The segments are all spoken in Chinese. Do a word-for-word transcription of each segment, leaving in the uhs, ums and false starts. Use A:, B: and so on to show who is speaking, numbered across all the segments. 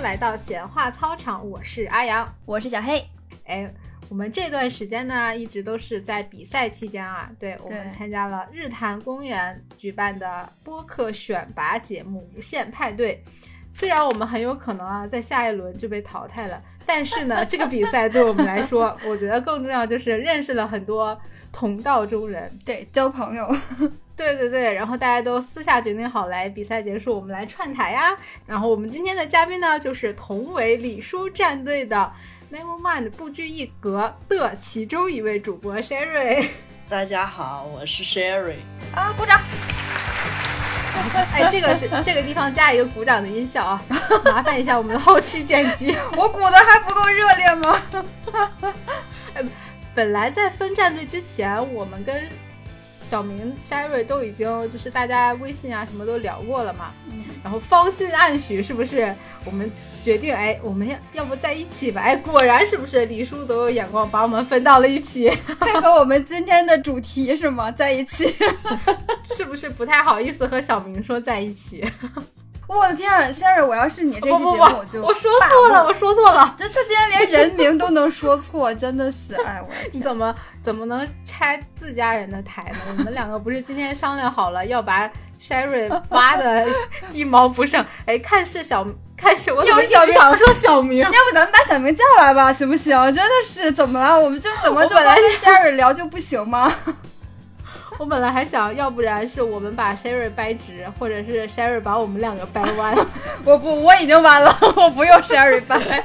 A: 来到闲话操场，我是阿阳，
B: 我是小黑。
A: 哎，我们这段时间呢，一直都是在比赛期间啊，对，我们参加了日坛公园举办的播客选拔节目无限派对。虽然我们很有可能啊，在下一轮就被淘汰了，但是呢，这个比赛对我们来说，我觉得更重要就是认识了很多同道中人，
B: 对，交朋友。
A: 对对对，然后大家都私下决定好来比赛结束我们来串台呀。然后我们今天的嘉宾呢，就是同为李叔战队的 Nevermind 不拘一格的其中一位主播 Sherry。
C: 大家好，我是 Sherry
B: 啊，鼓掌。
A: 哎，这个是这个地方加一个鼓掌的音效啊，麻烦一下我们的后期剪辑。
B: 我鼓的还不够热烈吗？
A: 本来在分战队之前，我们跟小明 Sherry 都已经就是大家微信啊什么都聊过了嘛，嗯，然后芳心暗许，是不是我们决定哎我们要要不在一起吧？哎，果然是不是李叔都有眼光，把我们分到了一起，
B: 配合我们今天的主题是吗？在一起。
A: 是不是不太好意思和小明说在一起？
B: 我的天啊 Sherry， 我要是你这期节目我就
A: 我说错了，我说错了，
B: 这他竟然连人名都能说错，真的是哎我的天，
A: 你怎么怎么能拆自家人的台呢？我们两个不是今天商量好了要把 Sherry 挖的一毛不剩？哎，看是小看是我怎么一直想说小明，
B: 要不咱们把小明叫来吧，行不行？真的是怎么了？我们就怎么就跟 Sherry 聊就不行吗？
A: 我本来还想要不然是我们把 Sherry 掰直，或者是 Sherry 把我们两个掰弯。
B: 我不我已经弯了，我不用 Sherry 掰。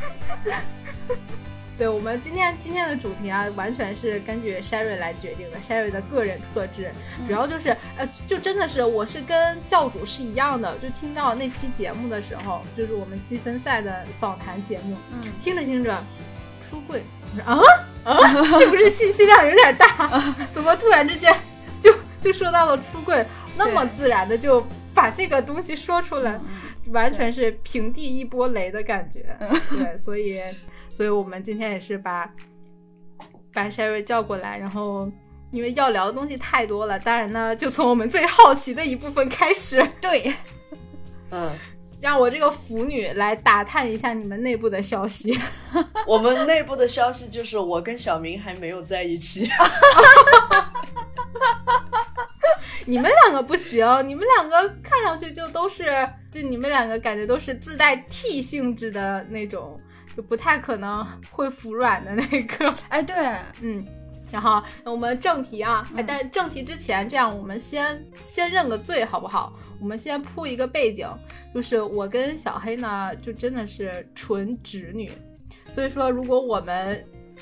A: 对，我们今天今天的主题啊，完全是根据 Sherry 来决定的 Sherry 的个人特质，主要就是呃，就真的是我是跟教主是一样的，就听到那期节目的时候，就是我们积分赛的访谈节目，嗯，听着听着出柜，我说啊啊，是不是信息量有点大？怎么突然之间就就说到了出柜，那么自然的就把这个东西说出来，完全是平地一波雷的感觉。对，所以所以我们今天也是把把 Sherry 叫过来，然后因为要聊的东西太多了，当然呢就从我们最好奇的一部分开始。
B: 对，
C: 嗯，
A: 让我这个腐女来打探一下你们内部的消息。
C: 我们内部的消息就是我跟小明还没有在一起。
A: 你们两个不行，你们两个看上去就都是，就你们两个感觉都是自带 T 性质的那种，就不太可能会服软的那个。
B: 哎，对，
A: 嗯。然后我们正题啊，嗯、但正题之前，这样我们先先认个罪好不好？我们先铺一个背景，就是我跟小黑呢，就真的是纯直女，所以说如果我们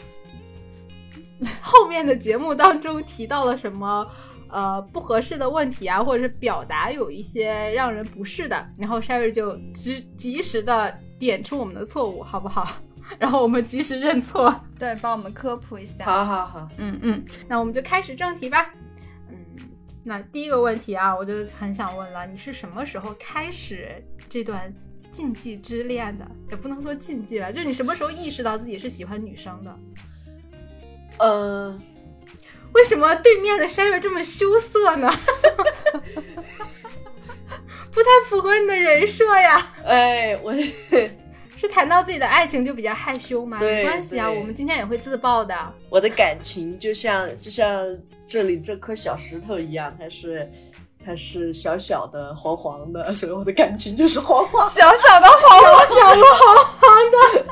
A: 后面的节目当中提到了什么呃不合适的问题啊，或者是表达有一些让人不适的，然后 Sherry 就及及时的点出我们的错误，好不好？然后我们及时认错，
B: 对，帮我们科普一下。
C: 好好好，
A: 嗯嗯，那我们就开始正题吧。嗯，那第一个问题啊，我就很想问了，你是什么时候开始这段禁忌之恋的？也不能说禁忌了，就是你什么时候意识到自己是喜欢女生的？
C: 呃，
A: 为什么对面的 Sherry 这么羞涩呢？不太符合你的人设呀。
C: 哎，我
A: 是谈到自己的爱情就比较害羞吗？
C: 对，
A: 没关系啊，我们今天也会自爆的。
C: 我的感情就像就像这里这颗小石头一样，它是它是小小的黄黄的，所以我的感情就是黄黄
B: 小小的黄黄
A: 小小的黄黄的。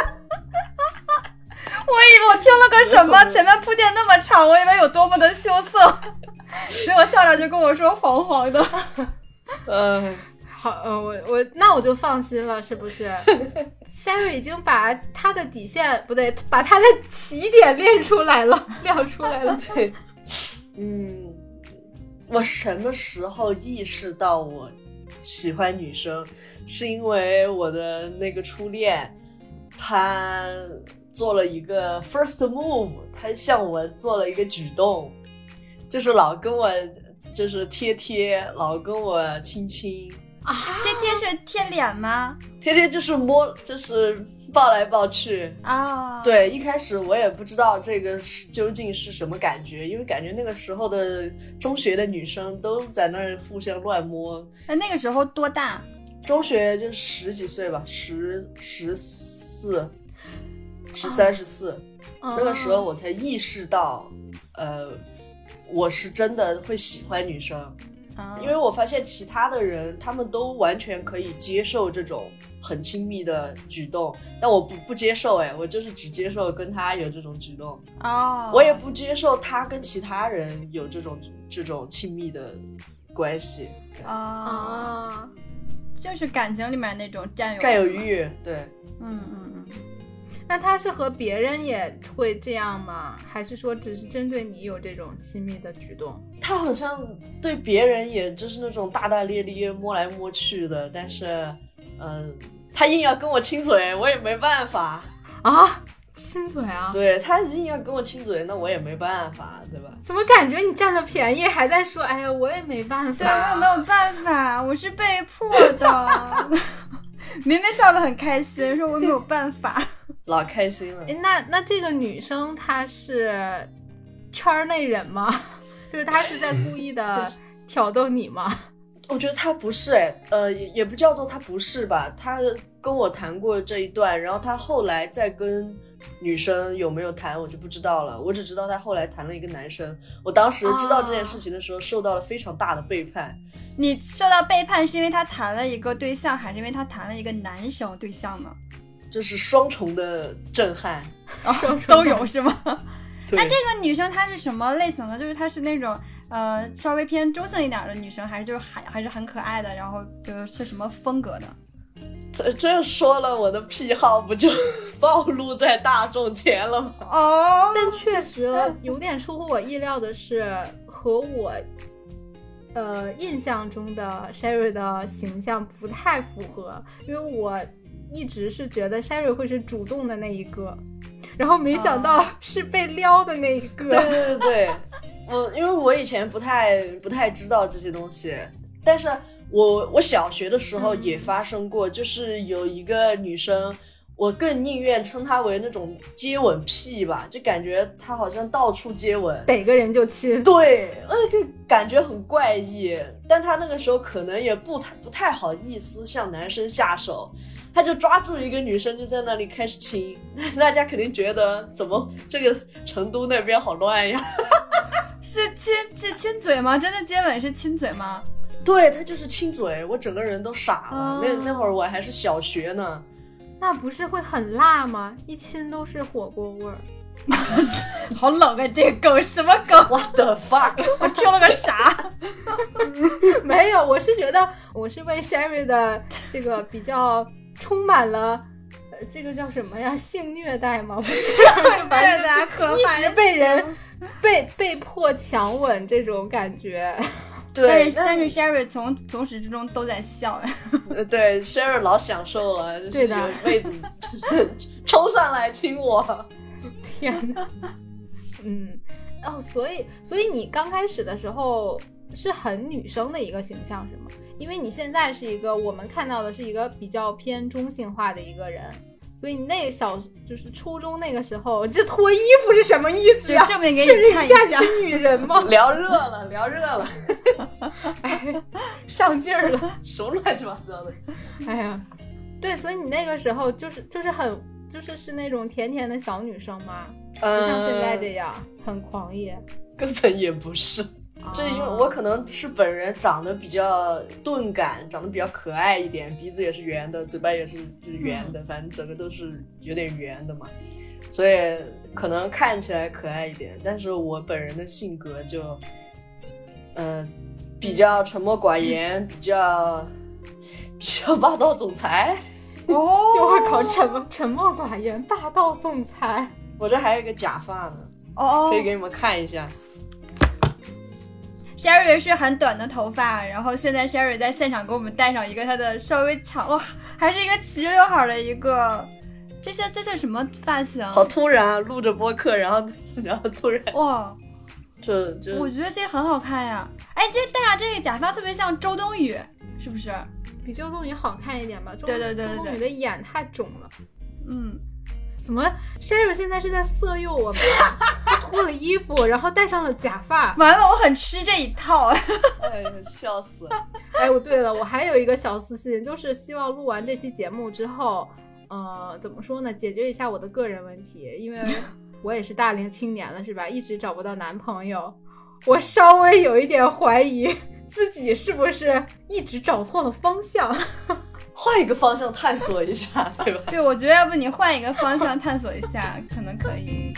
B: 我以为我听了个什么，前面铺垫那么长，我以为有多么的羞涩，结果校长就跟我说黄黄的。
C: 嗯。
A: 好，呃，我我那我就放心了，是不是 ？Sherry 已经把他的底线不对，把他的起点练出来了，亮出来了。
C: 对，嗯，我什么时候意识到我喜欢女生，是因为我的那个初恋，他做了一个 first move， 他向我做了一个举动，就是老跟我就是贴贴，老跟我亲亲。
B: 啊，贴贴是贴脸吗？
C: 贴贴就是摸，就是抱来抱去
B: 啊。Oh.
C: 对，一开始我也不知道这个究竟是什么感觉，因为感觉那个时候的中学的女生都在那儿互相乱摸。
B: 那那个时候多大？
C: 中学就十几岁吧，十十四，十三十四，那个时候我才意识到，呃，我是真的会喜欢女生，哦、因为我发现其他的人他们都完全可以接受这种很亲密的举动，但我不不接受，哎，我就是只接受跟他有这种举动，
B: 哦，
C: 我也不接受他跟其他人有这种这种亲密的关系，
B: 啊、哦，就是感情里面那种占有
C: 占有欲，对，
B: 嗯嗯嗯。
A: 那他是和别人也会这样吗？还是说只是针对你有这种亲密的举动？
C: 他好像对别人也就是那种大大咧咧摸来摸去的，但是嗯、呃，他硬要跟我亲嘴，我也没办法
A: 啊。亲嘴啊？
C: 对，他硬要跟我亲嘴，那我也没办法，对吧？
A: 怎么感觉你占了便宜还在说哎呀我也没办法？
B: 对，我也没有办法，我是被迫的明明笑得很开心，说我没有办法
C: 老开心了。
A: 那那这个女生她是圈内人吗？就是她是在故意的挑逗你吗？
C: 我觉得她不是，哎，呃，也也不叫做她不是吧。她跟我谈过这一段，然后她后来再跟女生有没有谈我就不知道了，我只知道她后来谈了一个男生。我当时知道这件事情的时候受到了非常大的背叛。
B: 你受到背叛是因为他谈了一个对象，还是因为他谈了一个男生对象呢？
C: 就是双重的震撼、
B: 哦、都有是吗？
C: 那
B: 这个女生她是什么类型的？就是她是那种呃稍微偏中性一点的女生，还是就是还还是很可爱的，然后就是什么风格的？
C: 这这说了我的癖好不就暴露在大众前了吗？
B: 哦，
A: 但确实有点出乎我意料的是，和我呃印象中的 Sherry 的形象不太符合，因为我一直是觉得 Sherry 会是主动的那一个，然后没想到是被撩的那一个。
C: 对对对对，我因为我以前不太不太知道这些东西，但是我我小学的时候也发生过，嗯、就是有一个女生，我更宁愿称她为那种接吻癖吧，就感觉她好像到处接吻，
A: 逮个人就亲。
C: 对，那个感觉很怪异，但她那个时候可能也不太不太好意思向男生下手，他就抓住一个女生就在那里开始亲，大家肯定觉得怎么这个成都那边好乱呀。
B: 是亲是亲嘴吗？真的接吻是亲嘴吗？
C: 对，他就是亲嘴，我整个人都傻了、
B: 哦、
C: 那那会儿我还是小学呢。
A: 那不是会很辣吗？一亲都是火锅味儿。
B: 好冷啊，这个梗什么梗
C: What the fuck
B: 我听了个啥
A: 没有，我是觉得我是为 Sherry 的这个比较充满了呃，这个叫什么呀？性虐待吗？
B: 虐待可怕，
A: 一直被人被被迫强吻这种感觉。
C: 对，
B: 但是但是 Sherry 从从始至终都在笑。
C: 对 Sherry 老享受了，就是有妹子冲上来亲我。
A: 天哪，嗯，哦，所以所以你刚开始的时候是很女生的一个形象是吗？因为你现在是一个我们看到的是一个比较偏中性化的一个人，所以你那个小就是初中那个时候，这脱衣服是什么意思呀？
B: 就证明给你看一
A: 下，你是女人吗？
C: 聊热了，聊热了，
A: 哎，上劲儿了，
C: 什么乱七八糟的？
A: 哎呀，对，所以你那个时候就是就是很。就是是那种甜甜的小女生吗？
C: 呃、
A: 不像现在这样很狂野，
C: 根本也不是。这因为我可能是本人长得比较钝感，长得比较可爱一点，鼻子也是圆的，嘴巴也是就是圆的，嗯、反正整个都是有点圆的嘛，所以可能看起来可爱一点。但是我本人的性格就，嗯、呃，比较沉默寡言，比较比较霸道总裁。
A: 哦，我靠，沉默沉默寡言，霸道总裁。
C: 我这还有一个假发呢，
B: 哦，
C: 可以给你们看一下。
B: Sherry 是很短的头发，然后现在 Sherry 在现场给我们戴上一个她的稍微长，哇，还是一个齐刘海的一个，这是这是什么发型？
C: 好突然啊！录着播客，然后然后突然
B: 哇，
C: 就就
B: 我觉得这很好看呀！哎，这戴上这个假发特别像周冬雨，是不是？
A: 比周冬雨好看一点吧？
B: 对对对对对，
A: 周冬雨的眼太肿了。
B: 嗯，
A: 怎么 Sherry 现在是在色诱我们？脱了衣服，然后戴上了假发。
B: 完了，我很吃这一套。
C: 哎呀，笑死了！
A: 哎，我对了，我还有一个小私心，就是希望录完这期节目之后，呃，怎么说呢，解决一下我的个人问题，因为我也是大龄青年了，是吧？一直找不到男朋友，我稍微有一点怀疑自己是不是一直找错了方向。
C: 换一个方向探索一下，对吧？
B: 对，我觉得要不你换一个方向探索一下，可能可以。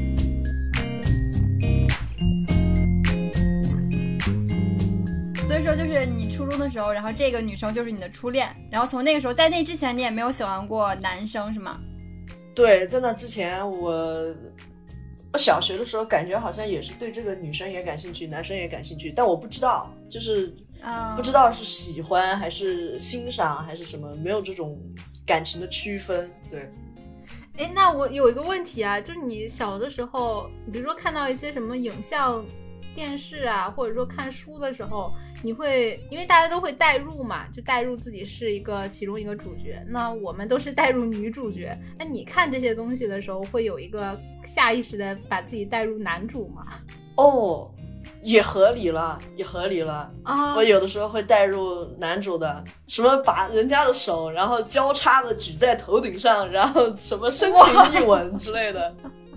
B: 所以说，就是你初中的时候，然后这个女生就是你的初恋，然后从那个时候，在那之前你也没有喜欢过男生，是吗？
C: 对，在那之前我。我小学的时候感觉好像也是对这个女生也感兴趣，男生也感兴趣，但我不知道，就是不知道是喜欢还是欣赏还是什么，没有这种感情的区分。对，
A: 哎，那我有一个问题啊，就是你小的时候，比如说看到一些什么影像、电视啊，或者说看书的时候，你会因为大家都会代入嘛，就代入自己是一个其中一个主角，那我们都是代入女主角，那你看这些东西的时候会有一个下意识的把自己代入男主吗？
C: 哦，也合理了，也合理了
A: 啊！
C: 我有的时候会代入男主的，什么把人家的手然后交叉的举在头顶上，然后什么深情一吻之类的。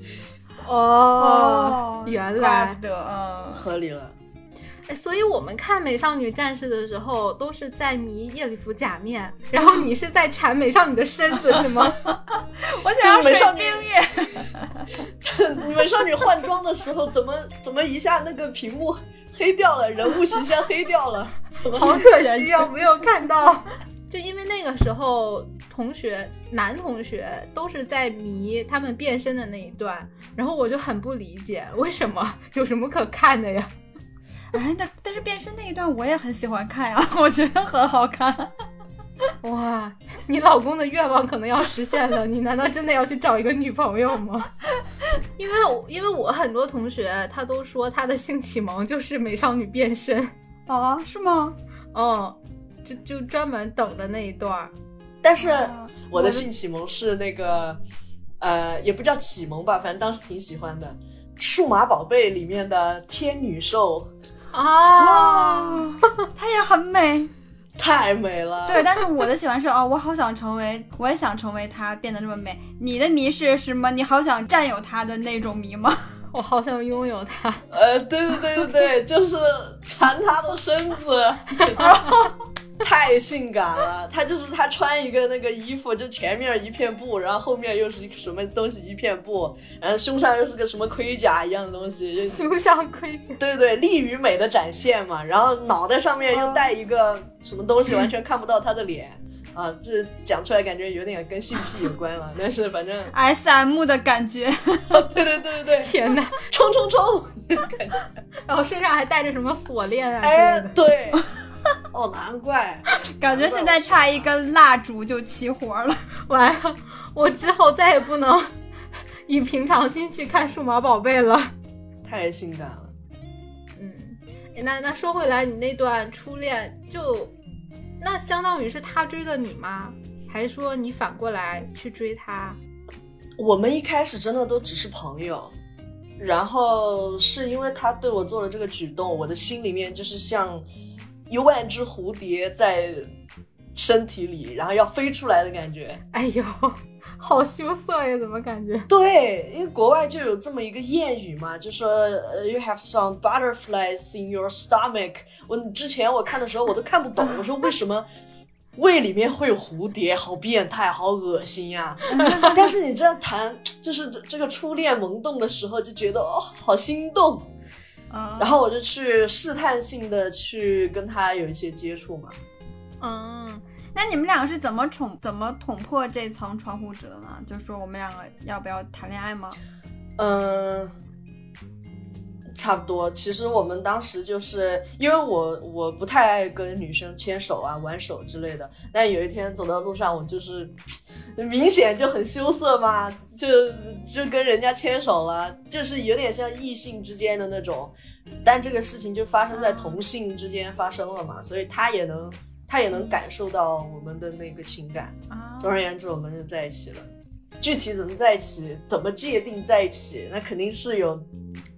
A: 哦，原来
B: 怪不得，嗯，
C: 合理了。
A: 哎，所以我们看美少女战士的时候都是在迷叶里服假面，然后你是在缠美少女的身子是吗？
B: 我想要水冰月。
C: 美少女换装的时候怎么怎么一下那个屏幕黑掉了，人物形象黑掉了，
A: 好可惜啊，没有看到。就因为那个时候同学男同学都是在迷他们变身的那一段，然后我就很不理解为什么，有什么可看的呀？
B: 哎，但但是变身那一段我也很喜欢看呀，我觉得很好看。
A: 哇，你老公的愿望可能要实现了，你难道真的要去找一个女朋友吗？因为因为我很多同学他都说他的性启蒙就是美少女变身。
B: 啊，是吗？
A: 嗯，就就专门等着那一段。
C: 但是我的性启蒙是那个呃也不叫启蒙吧，反正当时挺喜欢的数码宝贝里面的天女兽
A: 啊，
B: 她也很美，
C: 太美了。
B: 对，但是我的喜欢是哦，我好想成为，我也想成为她，变得这么美。你的迷是什么？你好想占有她的那种迷吗？
A: 我好想拥有她。
C: 呃，对对对对对，就是缠她的身子。太性感了，他就是他穿一个那个衣服，就前面一片布，然后后面又是一个什么东西一片布，然后胸上又是个什么盔甲一样的东西，
A: 胸上盔甲，
C: 对对，力与美的展现嘛。然后脑袋上面又戴一个什么东西，完全看不到他的脸啊，这讲出来感觉有点跟性癖有关了，但是反正
B: S M 的感觉。
C: 对对对对对，
A: 天哪，
C: 冲冲冲，
A: 然后身上还带着什么锁链啊？
C: 哎，对。哦，难怪，
B: 感觉现在差一根蜡烛就齐活了。
A: 完了，我之后再也不能以平常心去看数码宝贝了，
C: 太性感了。
A: 嗯，那那说回来，你那段初恋就那相当于是他追的你吗？还是说你反过来去追他？
C: 我们一开始真的都只是朋友，然后是因为他对我做了这个举动，我的心里面就是像一万只蝴蝶在身体里，然后要飞出来的感觉。
A: 哎呦，好羞涩呀，怎么感觉？
C: 对，因为国外就有这么一个谚语嘛，就说、uh, you have some butterflies in your stomach。我之前我看的时候我都看不懂，我说为什么胃里面会有蝴蝶，好变态，好恶心呀、啊！但是你这样谈，就是这个初恋萌动的时候，就觉得哦，好心动。
A: 嗯、
C: 然后我就去试探性的去跟他有一些接触嘛。
B: 嗯，那你们两个是怎么捅怎么捅破这层窗户纸的呢？就是说我们两个要不要谈恋爱吗？
C: 嗯，差不多。其实我们当时就是因为我我不太爱跟女生牵手啊、挽手之类的，但有一天走到路上，我就是明显就很羞涩嘛，就就跟人家牵手了，就是有点像异性之间的那种，但这个事情就发生在同性之间发生了嘛，所以他也能他也能感受到我们的那个情感。总而言之，我们就在一起了。具体怎么在一起，怎么界定在一起，那肯定是有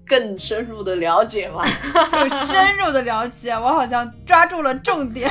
C: 更深入的了解吗？
B: 更深入的了解，我好像抓住了重点。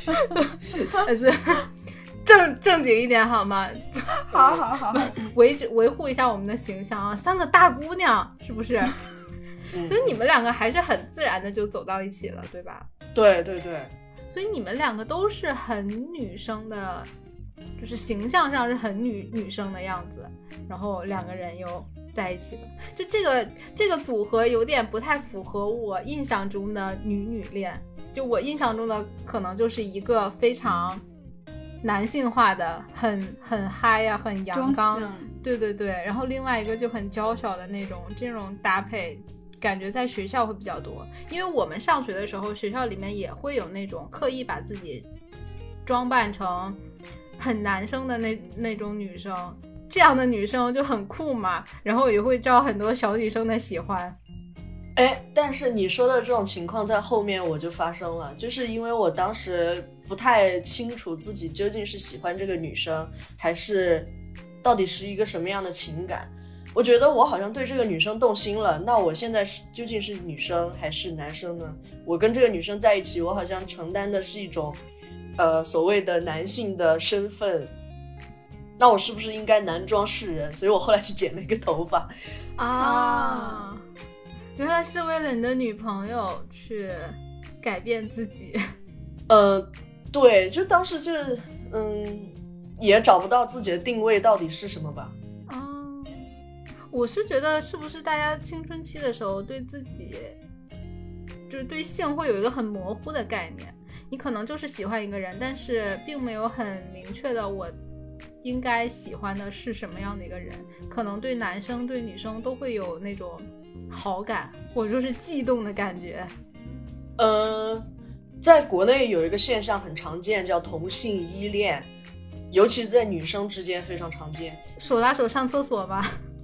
A: 正正经一点好吗？
B: 好好好，
A: 维维护一下我们的形象啊！三个大姑娘是不是？所以你们两个还是很自然的就走到一起了，对吧？
C: 对对对。
A: 所以你们两个都是很女生的，就是形象上是很女女生的样子，然后两个人又在一起了。就这个这个组合有点不太符合我印象中的女女恋。就我印象中的可能就是一个非常男性化的，很很嗨呀、啊，很阳刚，对对对。然后另外一个就很娇小的那种，这种搭配感觉在学校会比较多。因为我们上学的时候，学校里面也会有那种刻意把自己装扮成很男生的那那种女生，这样的女生就很酷嘛，然后也会招很多小女生的喜欢。
C: 哎，但是你说的这种情况在后面我就发生了，就是因为我当时不太清楚自己究竟是喜欢这个女生，还是到底是一个什么样的情感。我觉得我好像对这个女生动心了，那我现在是究竟是女生还是男生呢？我跟这个女生在一起，我好像承担的是一种呃所谓的男性的身份，那我是不是应该男装示人？所以我后来去剪了一个头发
A: 啊。原来是为了你的女朋友去改变自己。
C: 呃，对，就当时就嗯，也找不到自己的定位到底是什么吧。
A: 哦，我是觉得是不是大家青春期的时候对自己，就是对性会有一个很模糊的概念，你可能就是喜欢一个人，但是并没有很明确的我应该喜欢的是什么样的一个人。可能对男生对女生都会有那种好感或者说是悸动的感觉。
C: 呃，在国内有一个现象很常见，叫同性依恋，尤其是在女生之间非常常见。
A: 手拉手上厕所吧？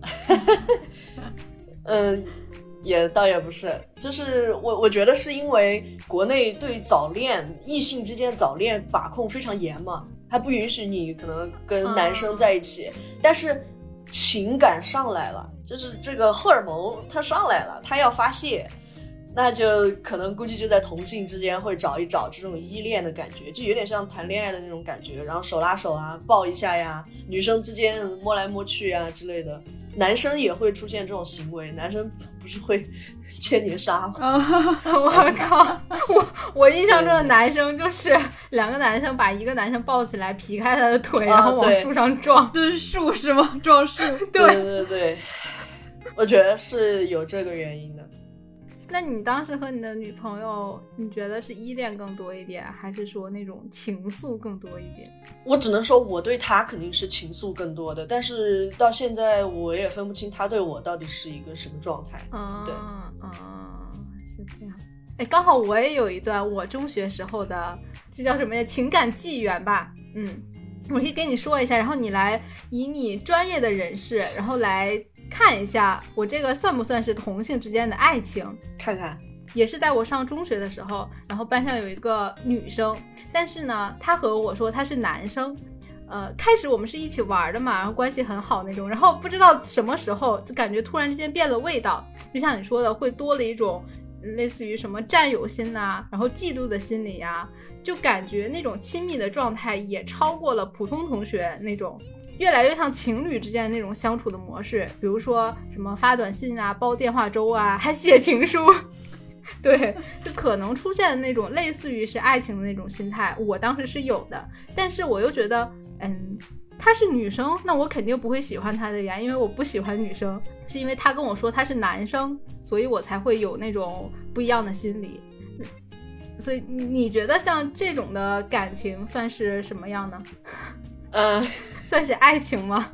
C: 嗯，也倒也不是，就是我我觉得是因为国内对早恋异性之间早恋把控非常严嘛，它不允许你可能跟男生在一起，嗯、但是情感上来了，就是这个荷尔蒙它上来了，它要发泄，那就可能估计就在同性之间会找一找这种依恋的感觉，就有点像谈恋爱的那种感觉，然后手拉手啊，抱一下呀，女生之间摸来摸去啊之类的。男生也会出现这种行为，男生不是会牵连杀吗？
A: 我靠！我我印象中的男生就是两个男生把一个男生抱起来，劈开他的腿，然后往树上撞，
B: 蹲树是吗？撞树？
C: 对对对对，我觉得是有这个原因的。
A: 那你当时和你的女朋友，你觉得是依恋更多一点，还是说那种情愫更多一点？
C: 我只能说我对她肯定是情愫更多的，但是到现在我也分不清她对我到底是一个什么状态。
A: 啊，
C: 对，
A: 啊，是这样。哎，刚好我也有一段我中学时候的，这叫什么呀？情感纪元吧。嗯，我可以跟你说一下，然后你来以你专业的人士，然后来看一下我这个算不算是同性之间的爱情。
C: 看看，
A: 也是在我上中学的时候，然后班上有一个女生，但是呢她和我说她是男生，呃，开始我们是一起玩的嘛，然后关系很好那种，然后不知道什么时候就感觉突然之间变了味道，就像你说的会多了一种类似于什么占有心啊，然后嫉妒的心理啊，就感觉那种亲密的状态也超过了普通同学那种，越来越像情侣之间的那种相处的模式，比如说什么发短信啊，煲电话粥啊，还写情书。对，就可能出现那种类似于是爱情的那种心态，我当时是有的，但是我又觉得嗯，她是女生，那我肯定不会喜欢她的呀，因为我不喜欢女生，是因为她跟我说她是男生，所以我才会有那种不一样的心理。所以你觉得像这种的感情算是什么样呢？
C: 嗯、呃，
A: 算是爱情吗？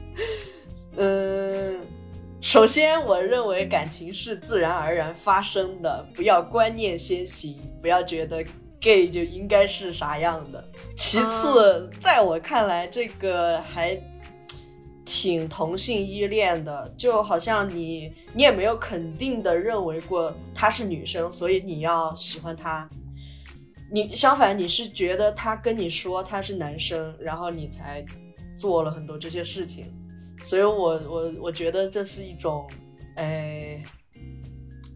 C: 嗯，首先我认为感情是自然而然发生的，不要观念先行，不要觉得 gay 就应该是啥样的。其次、嗯、在我看来这个还挺同性依恋的，就好像你你也没有肯定的认为过她是女生，所以你要喜欢她，你相反你是觉得他跟你说他是男生，然后你才做了很多这些事情，所以我我我觉得这是一种，哎，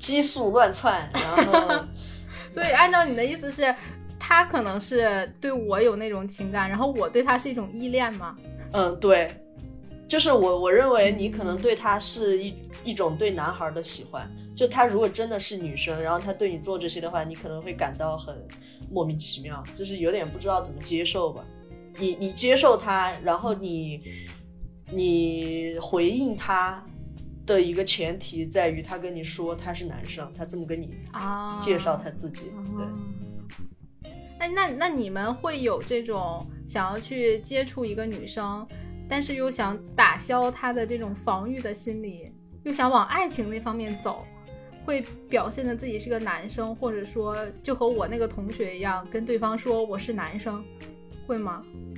C: 激素乱窜，然后
A: 所以按照你的意思是他可能是对我有那种情感，然后我对他是一种依恋吗？
C: 嗯，对，就是我我认为你可能对他是一一种对男孩的喜欢，就他如果真的是女生，然后他对你做这些的话，你可能会感到很莫名其妙，就是有点不知道怎么接受吧。你你接受他，然后你你回应他的一个前提在于他跟你说他是男生，他这么跟你介绍他自己。
A: 啊、
C: 对。
A: 哎，那那你们会有这种想要去接触一个女生，但是又想打消她的这种防御的心理，又想往爱情那方面走，会表现的自己是个男生，或者说就和我那个同学一样，跟对方说我是男生，会吗？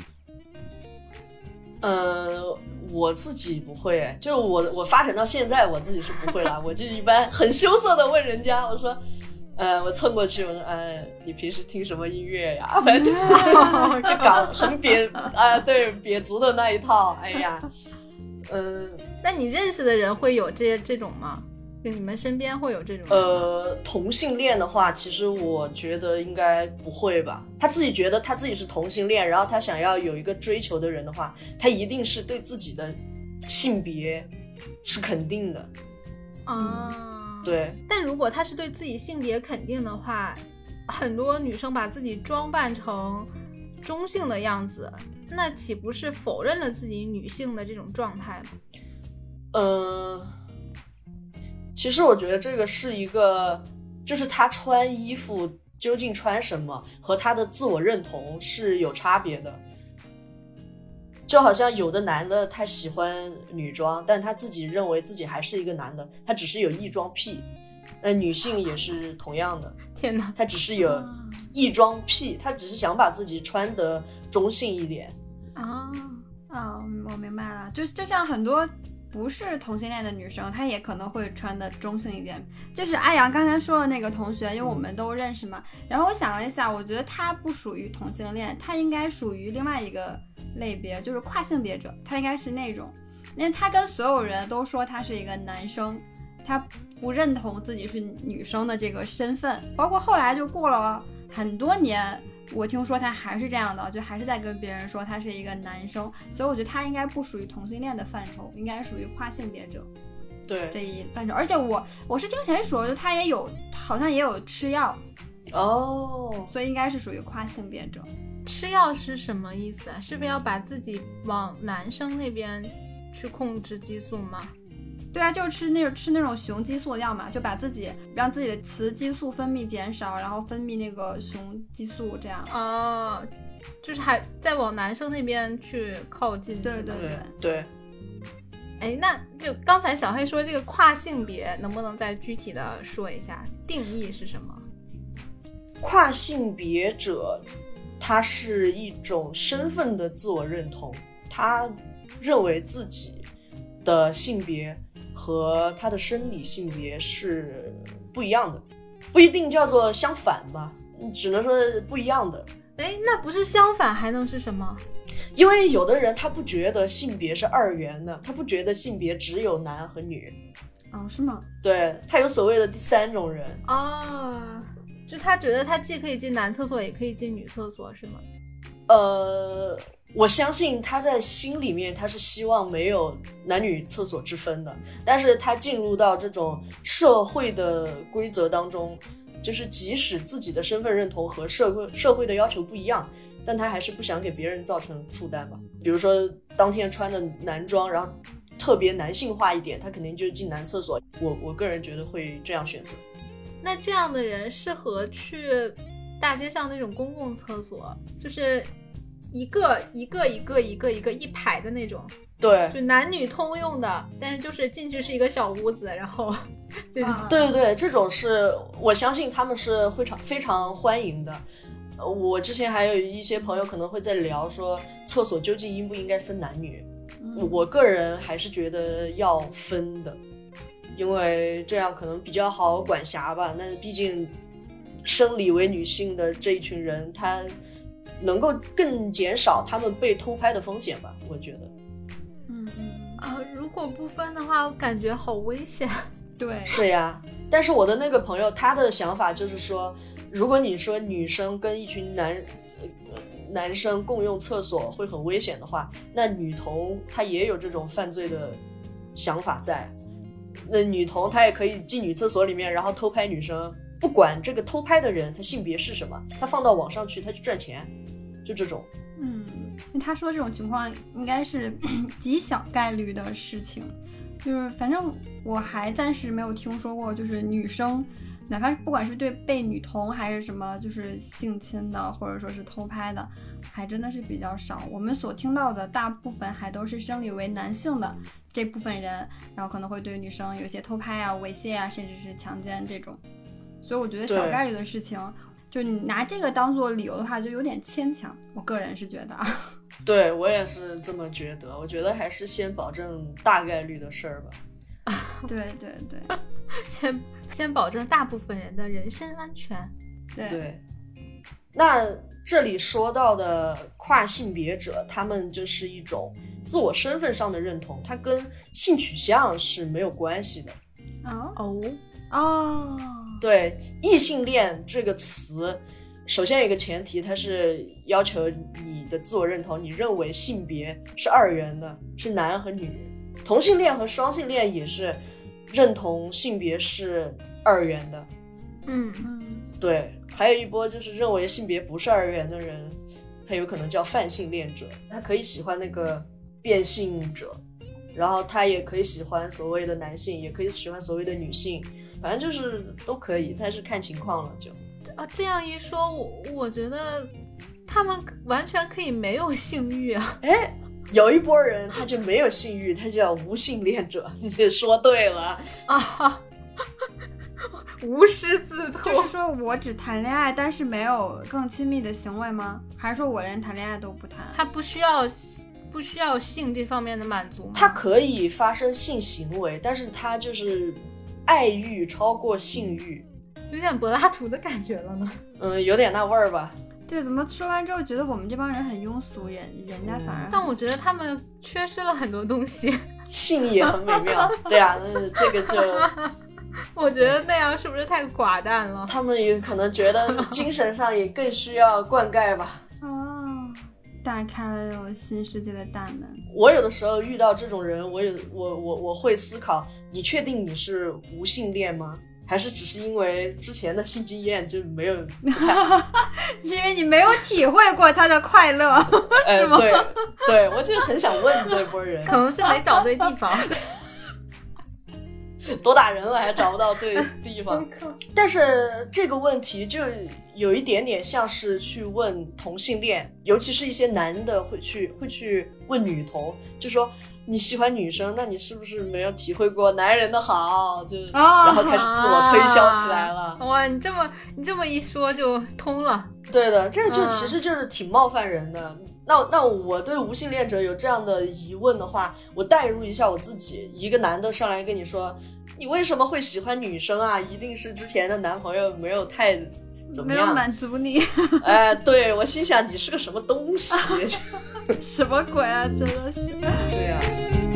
C: 呃，我自己不会，就我我发展到现在，我自己是不会啦。我就一般很羞涩的问人家，我说，呃，我蹭过去，我说，呃，你平时听什么音乐呀？反正就就搞很瘪啊、呃，对，瘪足的那一套。哎呀，嗯、呃，
A: 那你认识的人会有这这种吗？就你们身边会有这种人吗？
C: 呃，同性恋的话，其实我觉得应该不会吧。他自己觉得他自己是同性恋，然后他想要有一个追求的人的话，他一定是对自己的性别是肯定的。
A: 啊、
C: 嗯，对。
A: 但如果他是对自己性别肯定的话，很多女生把自己装扮成中性的样子，那岂不是否认了自己女性的这种状态吗？
C: 呃。其实我觉得这个是一个，就是他穿衣服究竟穿什么和他的自我认同是有差别的。就好像有的男的他喜欢女装，但他自己认为自己还是一个男的，他只是有异装癖。那女性也是同样的，
A: 天哪，
C: 他只是有异装癖，他只是想把自己穿得中性一点。
B: 啊啊，我明白了，就就像很多不是同性恋的女生，她也可能会穿的中性一点。就是阿阳刚才说的那个同学，因为我们都认识嘛，然后我想了一下，我觉得他不属于同性恋，他应该属于另外一个类别，就是跨性别者，他应该是那种，因为他跟所有人都说他是一个男生，他不认同自己是女生的这个身份，包括后来就过了很多年，我听说他还是这样的，就还是在跟别人说他是一个男生，所以我觉得他应该不属于同性恋的范畴，应该属于跨性别者
C: 对
B: 这一范畴。而且我我是听谁说，就他也有好像也有吃药
C: 哦，
B: 所以应该是属于跨性别者。
A: 吃药是什么意思啊？是不是要把自己往男生那边去控制激素吗？
B: 对啊，就是吃那种吃那种雄激素药嘛，就把自己让自己的雌激素分泌减少，然后分泌那个雄激素，这样
A: 啊、呃，就是还在往男生那边去靠近。
B: 对对对
C: 对。
A: 哎，那就刚才小黑说这个跨性别，能不能再具体的说一下定义是什么？
C: 跨性别者，他是一种身份的自我认同，他认为自己的性别和他的生理性别是不一样的，不一定叫做相反吧，只能说不一样的。
A: 哎，那不是相反还能是什么？
C: 因为有的人他不觉得性别是二元的，他不觉得性别只有男和女。
B: 哦，是吗？
C: 对，他有所谓的第三种人。
A: 哦，就他觉得他既可以进男厕所也可以进女厕所，是吗？
C: 呃，我相信他在心里面他是希望没有男女厕所之分的，但是他进入到这种社会的规则当中，就是即使自己的身份认同和社会社会的要求不一样，但他还是不想给别人造成负担吧。比如说当天穿的男装，然后特别男性化一点，他肯定就进男厕所。我我个人觉得会这样选择。
A: 那这样的人适合去大街上那种公共厕所，就是一个一个一个一个一个一排的那种，
C: 对，
A: 就男女通用的，但是就是进去是一个小屋子，然后这种、啊、
C: 对对对，这种是我相信他们是会常非常欢迎的。我之前还有一些朋友可能会在聊说厕所究竟应不应该分男女、嗯、我个人还是觉得要分的，因为这样可能比较好管辖吧。那毕竟生理为女性的这一群人，他能够更减少他们被偷拍的风险吧，我觉得。
B: 嗯嗯
A: 啊，如果不分的话，我感觉好危险。
B: 对，
C: 是呀。但是我的那个朋友他的想法就是说，如果你说女生跟一群男呃男生共用厕所会很危险的话，那女童她也有这种犯罪的想法在。那女童她也可以进女厕所里面，然后偷拍女生，不管这个偷拍的人他性别是什么，他放到网上去他去赚钱，就这种。
B: 嗯，他说这种情况应该是极小概率的事情，就是反正我还暂时没有听说过，就是女生哪怕不管是对被女童还是什么就是性侵的或者说是偷拍的，还真的是比较少。我们所听到的大部分还都是生理为男性的这部分人，然后可能会对女生有些偷拍啊、猥亵啊，甚至是强奸这种。所以我觉得小概率的事情，就你拿这个当做理由的话就有点牵强，我个人是觉得。
C: 对，我也是这么觉得，我觉得还是先保证大概率的事儿吧。
B: 对对对，
A: 先先保证大部分人的人身安全。
B: 对
C: 对。那这里说到的跨性别者，他们就是一种自我身份上的认同，它跟性取向是没有关系的。
B: 哦
A: 哦
B: 哦，
C: 对，异性恋这个词首先有一个前提，它是要求你的自我认同，你认为性别是二元的，是男和女。同性恋和双性恋也是认同性别是二元的。
A: 嗯
B: 嗯，
C: 对，还有一波就是认为性别不是二元的人，他有可能叫泛性恋者，他可以喜欢那个变性者，然后他也可以喜欢所谓的男性，也可以喜欢所谓的女性，反正就是都可以，但是看情况了就。
A: 啊，这样一说，我我觉得他们完全可以没有性欲啊。
C: 哎，有一波人他就没有性欲，他叫无性恋者，你说对了
A: 啊。无师自通，
B: 就是说我只谈恋爱，但是没有更亲密的行为吗？还是说我连谈恋爱都不谈？
A: 他不需要不需要性这方面的满足吗？
C: 他可以发生性行为，但是他就是爱欲超过性欲，
A: 有点柏拉图的感觉了呢。
C: 嗯，有点那味儿吧。
B: 对，怎么说完之后觉得我们这帮人很庸俗，人人家反而、嗯……
A: 但我觉得他们缺失了很多东西。
C: 性也很美妙，对啊，嗯，这个就。
A: 我觉得那样是不是太寡淡了？
C: 他们也可能觉得精神上也更需要灌溉吧。
B: 哦，打开了我新世界的大门。
C: 我有的时候遇到这种人，我有我我我会思考，你确定你是无性恋吗？还是只是因为之前的性经验就没有不太好？
B: 是因为你没有体会过他的快乐，
C: 呃、
B: 是吗？
C: 对对，我就很想问这波人，
A: 可能是没找对地方。
C: 多打人了还找不到对地方。但是这个问题就有一点点像是去问同性恋，尤其是一些男的会去会去问女同，就说你喜欢女生，那你是不是没有体会过男人的好？就、哦、然后开始自我推销起来了。
A: 哇，你这么你这么一说就通了。
C: 对的，这个就其实就是挺冒犯人的。嗯、那那我对无性恋者有这样的疑问的话，我代入一下我自己，一个男的上来跟你说，你为什么会喜欢女生啊？一定是之前的男朋友没有太怎么样，
B: 没有满足你。
C: 哎、呃，对，我心想你是个什么东西？
B: 什么鬼啊！真的是。
C: 对啊。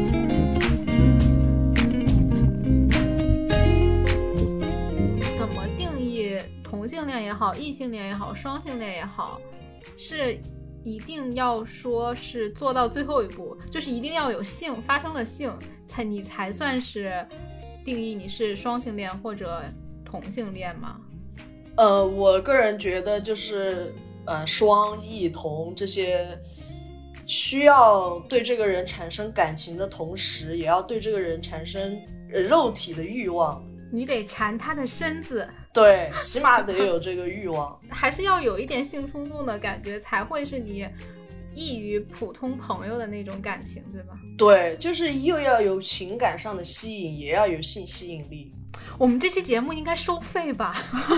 A: 怎么定义同性恋也好，异性恋也好，双性恋也好，是一定要说是做到最后一步，就是一定要有性发生了性，才你才算是定义你是双性恋或者同性恋吗？
C: 呃，我个人觉得就是呃双异同这些需要对这个人产生感情的同时，也要对这个人产生、呃、肉体的欲望。
A: 你得缠他的身子，
C: 对，起码得有这个欲望，
A: 还是要有一点性冲动的感觉，才会是你异于普通朋友的那种感情，对吧？
C: 对，就是又要有情感上的吸引，也要有性吸引力。
A: 我们这期节目应该收费吧？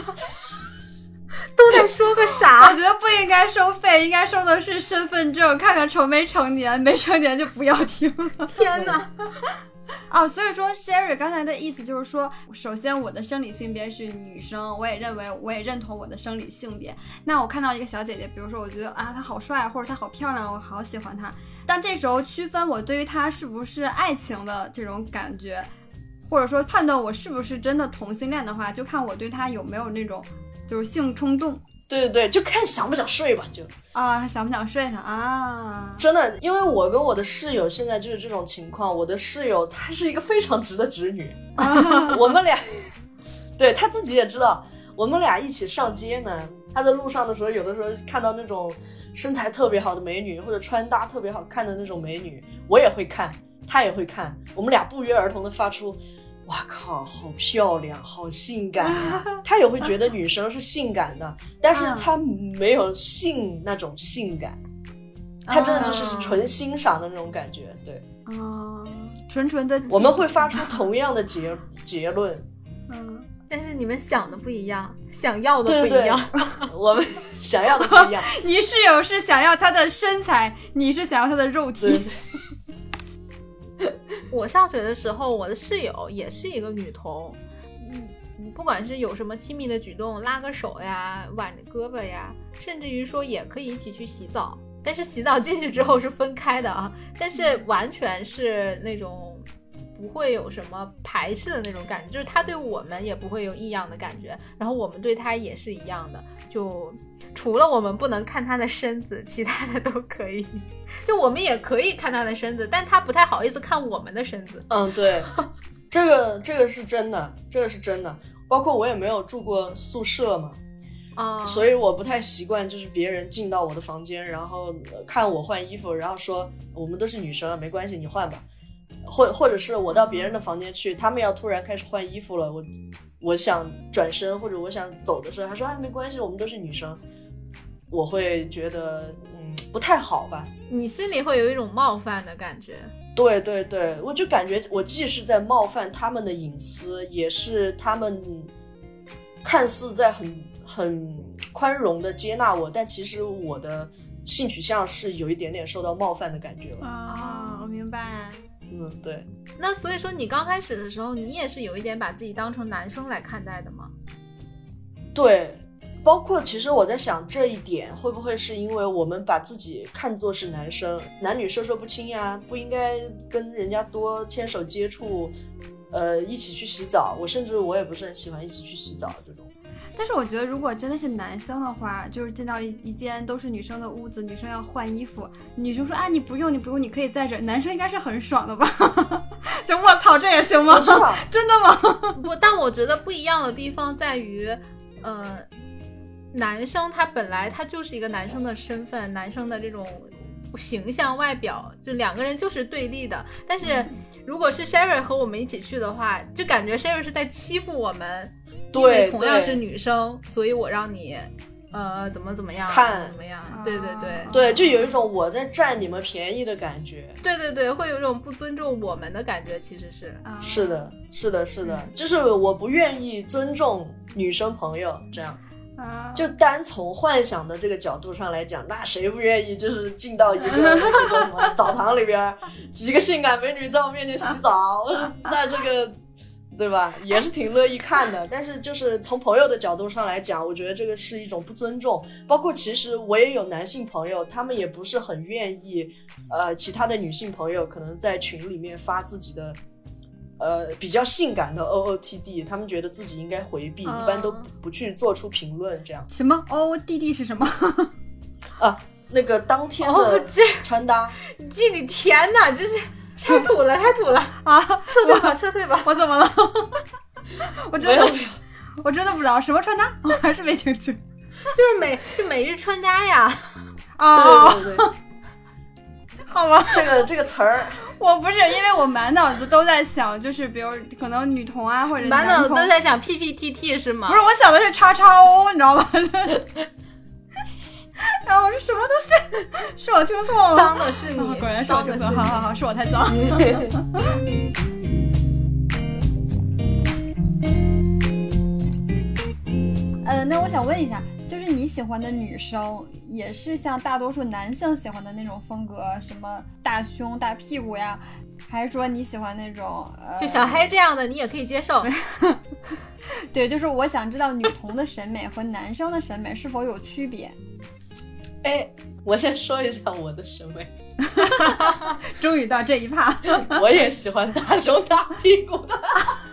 A: 都在说个啥？
B: 我觉得不应该收费，应该收的是身份证，看看成没成年，没成年就不要听了。
A: 天哪！
B: 哦，所以说 Sherry 刚才的意思就是说，首先我的生理性别是女生，我也认为我也认同我的生理性别。那我看到一个小姐姐，比如说我觉得啊她好帅或者她好漂亮，我好喜欢她，但这时候区分我对于她是不是爱情的这种感觉， 或者说判断我是不是真的同性恋的话，就看我对他有没有那种就是性冲动。
C: 对对对，就看想不想睡吧，就
B: 啊，想不想睡呢啊？
C: 真的，因为我跟我的室友现在就是这种情况。我的室友她是一个非常直的直女，啊、我们俩，对她自己也知道，我们俩一起上街呢。她在路上的时候，有的时候看到那种身材特别好的美女，或者穿搭特别好看的那种美女，我也会看，她也会看，我们俩不约而同的发出。哇靠，好漂亮，好性感呀！他也会觉得女生是性感的，但是他没有性那种性感，他真的就是纯欣赏的那种感觉。对，
B: 啊，纯纯的。
C: 我们会发出同样的结结论，
A: 嗯，但是你们想的不一样，想要的不一样。
C: 对对对我们想要的不一样。
B: 你室友是想要他的身材，你是想要他的肉体。
A: 我上学的时候，我的室友也是一个女同，嗯，不管是有什么亲密的举动，拉个手呀，挽着胳膊呀，甚至于说也可以一起去洗澡，但是洗澡进去之后是分开的啊，但是完全是那种不会有什么排斥的那种感觉，就是他对我们也不会有异样的感觉，然后我们对他也是一样的，就除了我们不能看他的身子，其他的都可以。就我们也可以看他的身子，但他不太好意思看我们的身子。
C: 嗯，对，这个这个是真的，这个是真的。包括我也没有住过宿舍嘛，啊、uh ，所以我不太习惯，就是别人进到我的房间，然后看我换衣服，然后说我们都是女生，没关系，你换吧。或或者是我到别人的房间去，他们要突然开始换衣服了，我我想转身或者我想走的时候，他说哎没关系，我们都是女生。我会觉得嗯不太好吧，
A: 你心里会有一种冒犯的感觉。
C: 对对对，我就感觉我既是在冒犯他们的隐私，也是他们看似在很很宽容的接纳我，但其实我的性取向是有一点点受到冒犯的感觉了。
B: 啊、哦，我明白。
C: 嗯，对。
A: 那所以说你刚开始的时候，你也是有一点把自己当成男生来看待的吗？
C: 对。包括其实我在想这一点会不会是因为我们把自己看作是男生，男女授受不亲呀，不应该跟人家多牵手接触，呃，一起去洗澡。我甚至我也不是很喜欢一起去洗澡这种。
B: 但是我觉得如果真的是男生的话，就是进到一一间都是女生的屋子，女生要换衣服，女生说啊你不用你不用你可以在这，男生应该是很爽的吧？就我操这也行吗？真的吗？
A: 不，但我觉得不一样的地方在于呃男生他本来他就是一个男生的身份，男生的这种形象外表，就两个人就是对立的。但是如果是 Sherry 和我们一起去的话，就感觉 Sherry 是在欺负我们，
C: 对，
A: 因为同样是女生，所以我让你呃怎么怎么样
C: 看
A: 怎么样，对对对
C: 对，就有一种我在占你们便宜的感觉。
A: 对对对，会有一种不尊重我们的感觉，其实是
C: 是的是的是的、嗯、就是我不愿意尊重女生朋友这样。就单从幻想的这个角度上来讲，那谁不愿意就是进到一个那个什么澡堂里边，几个性感美女在我面前洗澡，那这个对吧，也是挺乐意看的。但是就是从朋友的角度上来讲，我觉得这个是一种不尊重。包括其实我也有男性朋友，他们也不是很愿意呃，其他的女性朋友可能在群里面发自己的呃，比较性感的 O O T D， 他们觉得自己应该回避、uh... 一般都不去做出评论这样。
B: 什么 O O T D 是什么？
C: 啊，那个当天的穿搭。
A: 你、oh, 你天哪，这是太土了太土了啊！撤退吧撤退吧！
B: 我怎么了？我真的我真的不知道什么穿搭，我还是没听清。
A: 就是每就每日穿搭呀。
B: 啊、oh.
C: 对对对。
B: 好吧，
C: 这个这个词儿，
B: 我不是，因为我满脑子都在想，就是比如可能女同啊，或者
A: 满脑子都在想 P P T T 是吗？
B: 不是，我想的是叉叉 O， 你知道吗？然后我说什么东西？是我听错了？
A: 脏的是你，哦、
B: 果然是我听错，好好好，是我太脏。呃，那我想问一下。就是你喜欢的女生也是像大多数男性喜欢的那种风格，什么大胸大屁股呀，还是说你喜欢那种呃，
A: 就小黑这样的你也可以接受？
B: 对，就是我想知道女同的审美和男生的审美是否有区别。
C: 哎，我先说一下我的审美。
B: 终于到这一趴。
C: 我也喜欢大胸大屁股的。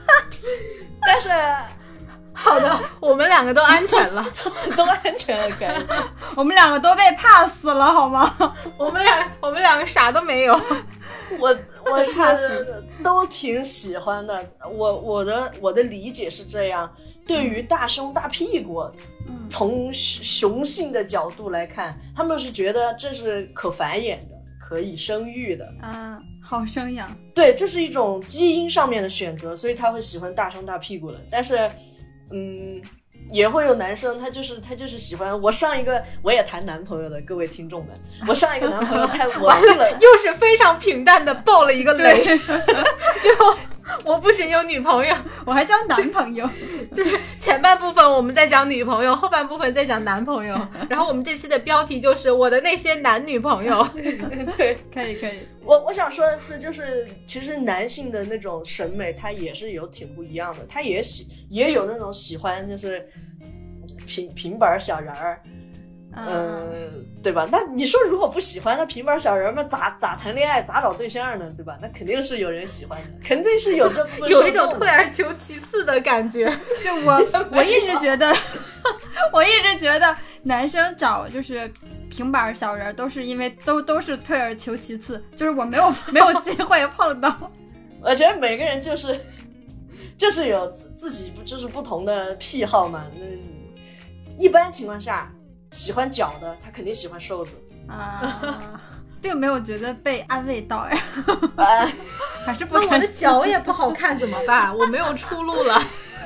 C: 是
A: 好的，我们两个都安全了，
C: 都安全了，感谢。
B: 我们两个都被怕死了，好吗？
A: 我们俩我们两个啥都没有。
C: 我我是都挺喜欢的，我我的我的理解是这样，对于大胸大屁股，嗯、从雄性的角度来看，他们是觉得这是可繁衍的，可以生育的，
B: 啊，好生养。
C: 对，这是一种基因上面的选择，所以他会喜欢大胸大屁股的。但是，嗯。也会有男生，他就是他就是喜欢我上一个我也谈男朋友的各位听众们，我上一个男朋友他我去了
A: 又是非常平淡的爆了一个雷，就我不仅有女朋友，
B: 我还交男朋友，
A: 就是前半部分我们在讲女朋友，后半部分在讲男朋友，然后我们这期的标题就是我的那些男女朋友。
C: 对，
B: 可以可以。
C: 我我想说的是，就是其实男性的那种审美，他也是有挺不一样的，他也喜也有那种喜欢就是平平板小人儿。嗯、呃，对吧？那你说如果不喜欢那平板小人们，咋咋谈恋爱，咋找对象呢？对吧？那肯定是有人喜欢的，肯定是有这部分
A: 有一种退而求其次的感觉。
B: 就我我一直觉得，我一直觉得男生找就是平板小人都是因为都都是退而求其次，就是我没有没有机会碰到。
C: 我觉得每个人就是就是有自己就是不同的癖好嘛。那一般情况下。喜欢脚的，他肯定喜欢瘦子
B: 啊，并没有觉得被安慰到呀，
C: 啊、
B: 还是不。
A: 那我的脚也不好看怎么办？我没有出路了。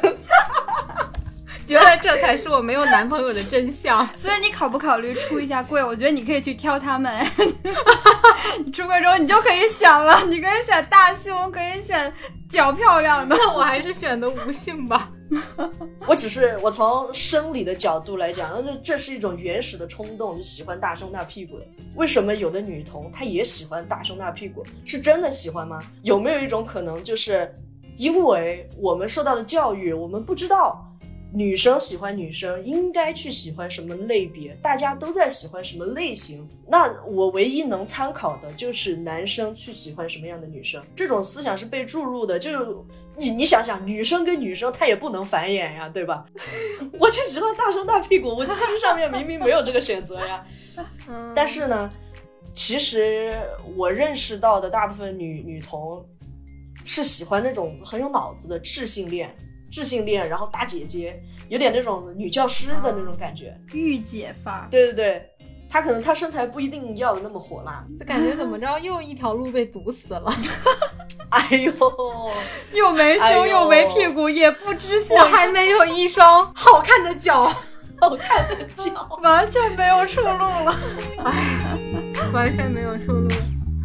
A: 原来这才是我没有男朋友的真相。
B: 所以你考不考虑出一下柜？我觉得你可以去挑他们。你出柜之后，你就可以选了，你可以选大胸，可以选脚漂亮的。
A: 那我还是选的无性吧。
C: 我只是我从生理的角度来讲，这这是一种原始的冲动，就喜欢大胸大屁股的。为什么有的女同她也喜欢大胸大屁股？是真的喜欢吗？有没有一种可能，就是因为我们受到的教育，我们不知道女生喜欢女生应该去喜欢什么类别，大家都在喜欢什么类型，那我唯一能参考的就是男生去喜欢什么样的女生。这种思想是被注入的，就是你你想想，女生跟女生她也不能繁衍呀，对吧？我就喜欢大胸大屁股，我基因上面明明没有这个选择呀。但是呢，其实我认识到的大部分女女同是喜欢那种很有脑子的智性恋。智性恋，然后大姐姐，有点那种女教师的那种感觉，
B: 御姐范儿。
C: 对对对，她可能她身材不一定要的那么火辣，
A: 就感觉怎么着又一条路被堵死了。
C: 哎呦，
B: 又没胸、哎、又没屁股，也不知性，
A: 我还没有一双好看的脚，
C: 好看的脚，
B: 完全没有出路了。
A: 哎，完全没有出路。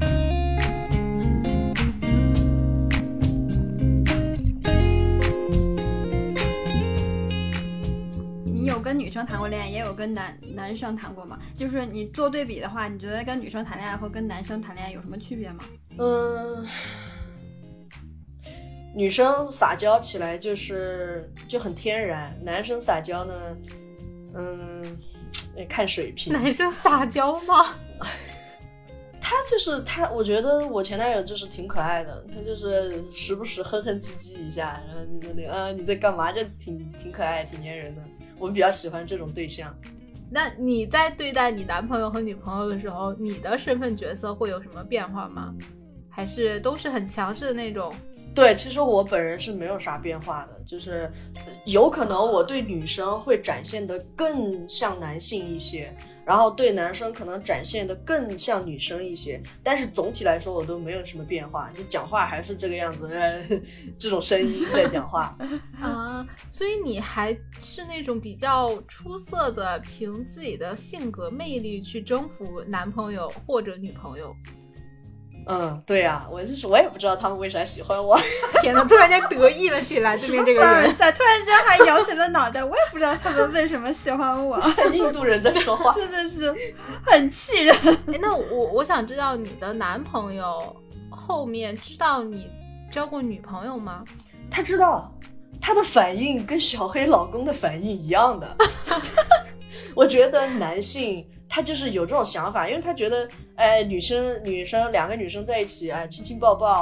B: 跟女生谈过恋爱，也有跟男男生谈过吗？就是你做对比的话，你觉得跟女生谈恋爱和跟男生谈恋爱有什么区别吗？
C: 嗯，女生撒娇起来就是就很天然，男生撒娇呢，嗯，看水平。
A: 男生撒娇吗？
C: 他就是他，我觉得我前男友就是挺可爱的，他就是时不时哼哼唧唧一下，然后你那里啊你在干嘛，就挺挺可爱，挺粘人的。我比较喜欢这种对象。
A: 那你在对待你男朋友和女朋友的时候，你的身份角色会有什么变化吗？还是都是很强势的那种？
C: 对，其实我本人是没有啥变化的，就是有可能我对女生会展现得更像男性一些，然后对男生可能展现得更像女生一些，但是总体来说我都没有什么变化，就讲话还是这个样子，这种声音在讲话
A: 啊。所以你还是那种比较出色的，凭自己的性格魅力去征服男朋友或者女朋友。
C: 嗯，对呀、啊，我就是我也不知道他们为啥喜欢我。
A: 天哪，突然间得意了起来，这边这个人，
B: 突然间还摇起了脑袋，我也不知道他们为什么喜欢我。
C: 印度人在说话，
B: 真的是很气人。
A: 哎，那我我想知道你的男朋友后面知道你交过女朋友吗？
C: 他知道，他的反应跟小黑老公的反应一样的。我觉得男性。他就是有这种想法，因为他觉得，哎，女生女生两个女生在一起啊，亲亲抱抱，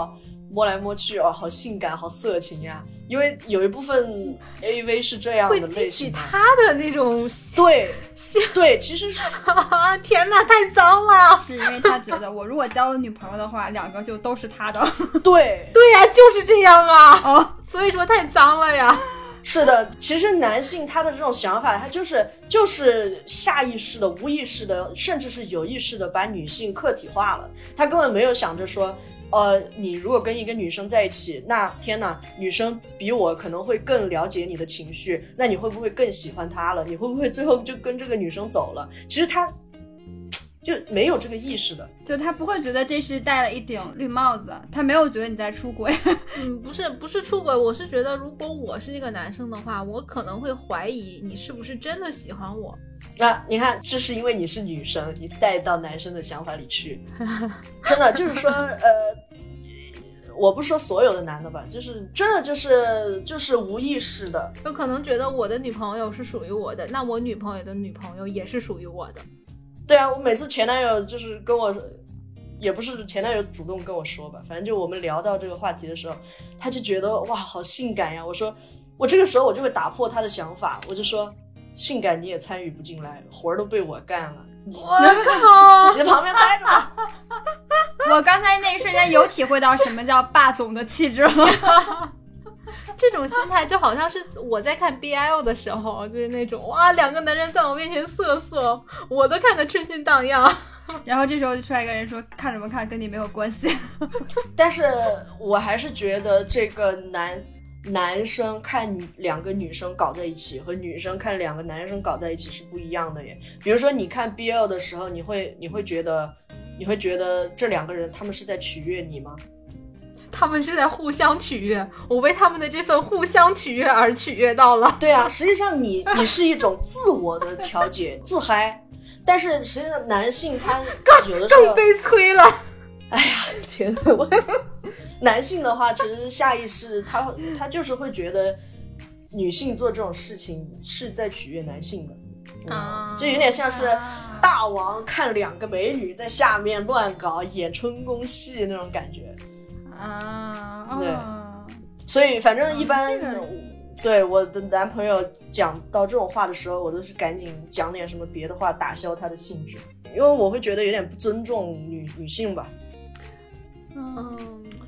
C: 摸来摸去，哦，好性感，好色情呀。因为有一部分 A V 是这样的类型，
A: 会激起他的那种
C: 对对，其实是
A: 天哪，太脏了。
B: 是因为他觉得我如果交了女朋友的话，两个就都是他的。
C: 对
A: 对呀、啊，就是这样啊。哦，所以说太脏了呀。
C: 是的，其实男性他的这种想法，他就是就是下意识的、无意识的，甚至是有意识的把女性客体化了。他根本没有想着说，呃，你如果跟一个女生在一起，那天哪，女生比我可能会更了解你的情绪，那你会不会更喜欢她了？你会不会最后就跟这个女生走了？其实他就没有这个意识的，
B: 就他不会觉得这是戴了一顶绿帽子，他没有觉得你在出轨。
A: 嗯，不是不是出轨，我是觉得如果我是这个男生的话，我可能会怀疑你是不是真的喜欢我。
C: 那、啊、你看，这是因为你是女生，你带到男生的想法里去，真的就是说，呃，我不是说所有的男的吧，就是真的就是就是无意识的，
A: 有可能觉得我的女朋友是属于我的，那我女朋友的女朋友也是属于我的。
C: 对啊，我每次前男友就是跟我，也不是前男友主动跟我说吧，反正就我们聊到这个话题的时候，他就觉得哇好性感呀。我说我这个时候我就会打破他的想法，我就说性感你也参与不进来，活儿都被我干了，
A: 我靠，
C: 你在旁边待着吧。
B: 我刚才那一瞬间有体会到什么叫霸总的气质了。
A: 这种心态就好像是我在看 B I O 的时候，就是那种哇，两个男人在我面前瑟瑟，我都看得春心荡漾。
B: 然后这时候就出来一个人说，看什么看，跟你没有关系。
C: 但是我还是觉得这个男男生看两个女生搞在一起和女生看两个男生搞在一起是不一样的耶。比如说你看 B L 的时候，你会你会觉得你会觉得这两个人他们是在取悦你吗？
A: 他们是在互相取悦，我为他们的这份互相取悦而取悦到了。
C: 对啊，实际上你你是一种自我的调节自嗨，但是实际上男性他有的时候
A: 更悲催了。
C: 哎呀天哪，我男性的话其实下意识他他就是会觉得女性做这种事情是在取悦男性的、嗯啊、就有点像是大王看两个美女在下面乱搞演春宫戏那种感觉
B: 啊，
C: 对，所以反正一般、啊这个、对我的男朋友讲到这种话的时候，我都是赶紧讲点什么别的话打消他的兴致，因为我会觉得有点不尊重女女性吧。
A: 嗯，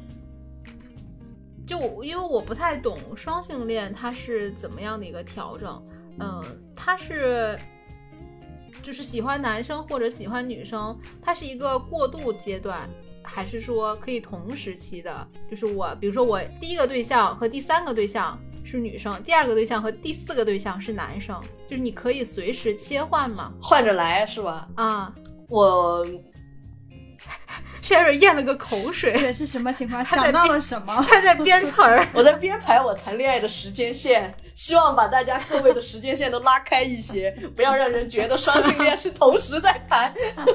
A: 就因为我不太懂双性恋它是怎么样的一个调整，嗯，它是就是喜欢男生或者喜欢女生，它是一个过渡阶段。还是说可以同时期的，就是我比如说我第一个对象和第三个对象是女生，第二个对象和第四个对象是男生，就是你可以随时切换嘛，
C: 换着来是吧？
A: 啊，
C: 我
A: Sherry 咽了个口水，
B: 这是什么情况？想到了什么？
A: 他在编词儿。
C: 我在编排我谈恋爱的时间线，希望把大家各位的时间线都拉开一些，不要让人觉得双性恋是同时在谈。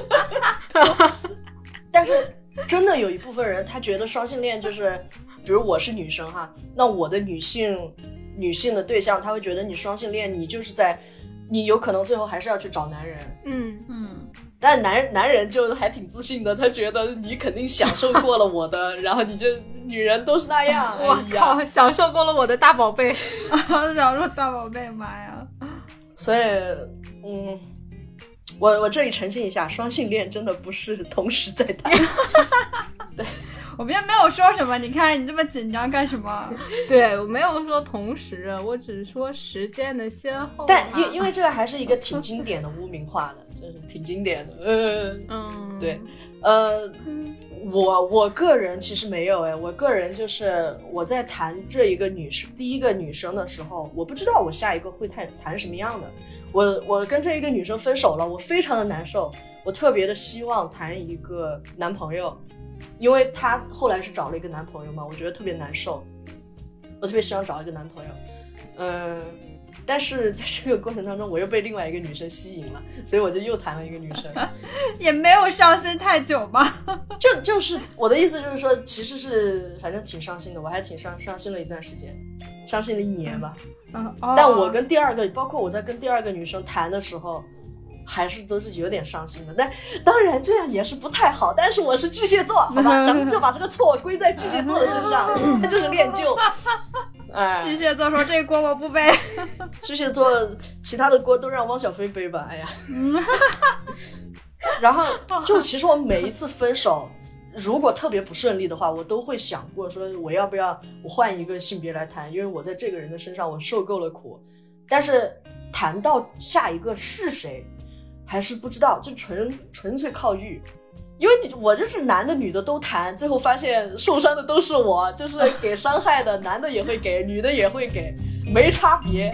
C: 但是真的有一部分人他觉得双性恋就是比如我是女生哈，那我的女性女性的对象他会觉得你双性恋你就是在你有可能最后还是要去找男人。
A: 嗯嗯，
C: 但男男人就还挺自信的，他觉得你肯定享受过了我的然后你就女人都是那样。
A: 我靠、哎、享受过了我的大宝贝。
B: 享受大宝贝，妈呀。
C: 所以嗯我我这里澄清一下，双性恋真的不是同时在谈。对，
B: 我们又没有说什么，你看你这么紧张干什么？
A: 对，我没有说同时，我只是说时间的先后。
C: 但因因为这个还是一个挺经典的污名化的，就是挺经典的。嗯
A: 嗯，
C: 对，呃，我我个人其实没有哎，我个人就是我在谈这一个女生第一个女生的时候，我不知道我下一个会谈谈什么样的。我我跟这一个女生分手了，我非常的难受，我特别的希望谈一个男朋友，因为她后来是找了一个男朋友嘛，我觉得特别难受，我特别希望找一个男朋友，嗯、呃，但是在这个过程当中我又被另外一个女生吸引了，所以我就又谈了一个女生。
B: 也没有伤心太久吧。
C: 就就是我的意思就是说其实是反正挺伤心的，我还挺伤伤心了一段时间，伤心了一年吧。
B: 嗯哦、
C: 但我跟第二个包括我在跟第二个女生谈的时候， 还是都是有点伤心的。但当然这样也是不太好，但是我是巨蟹座，好吧，咱们就把这个错归在巨蟹座的身上，他就是恋旧。哎，
B: 巨蟹座说这锅我不背。
C: 巨蟹座其他的锅都让汪小菲背吧，哎呀。然后就其实我每一次分手如果特别不顺利的话，我都会想过说我要不要我换一个性别来谈，因为我在这个人的身上我受够了苦。但是谈到下一个是谁还是不知道，就纯纯粹靠运。因为我就是男的女的都谈，最后发现受伤的都是我，就是给伤害的男的也会给，女的也会给，没差别。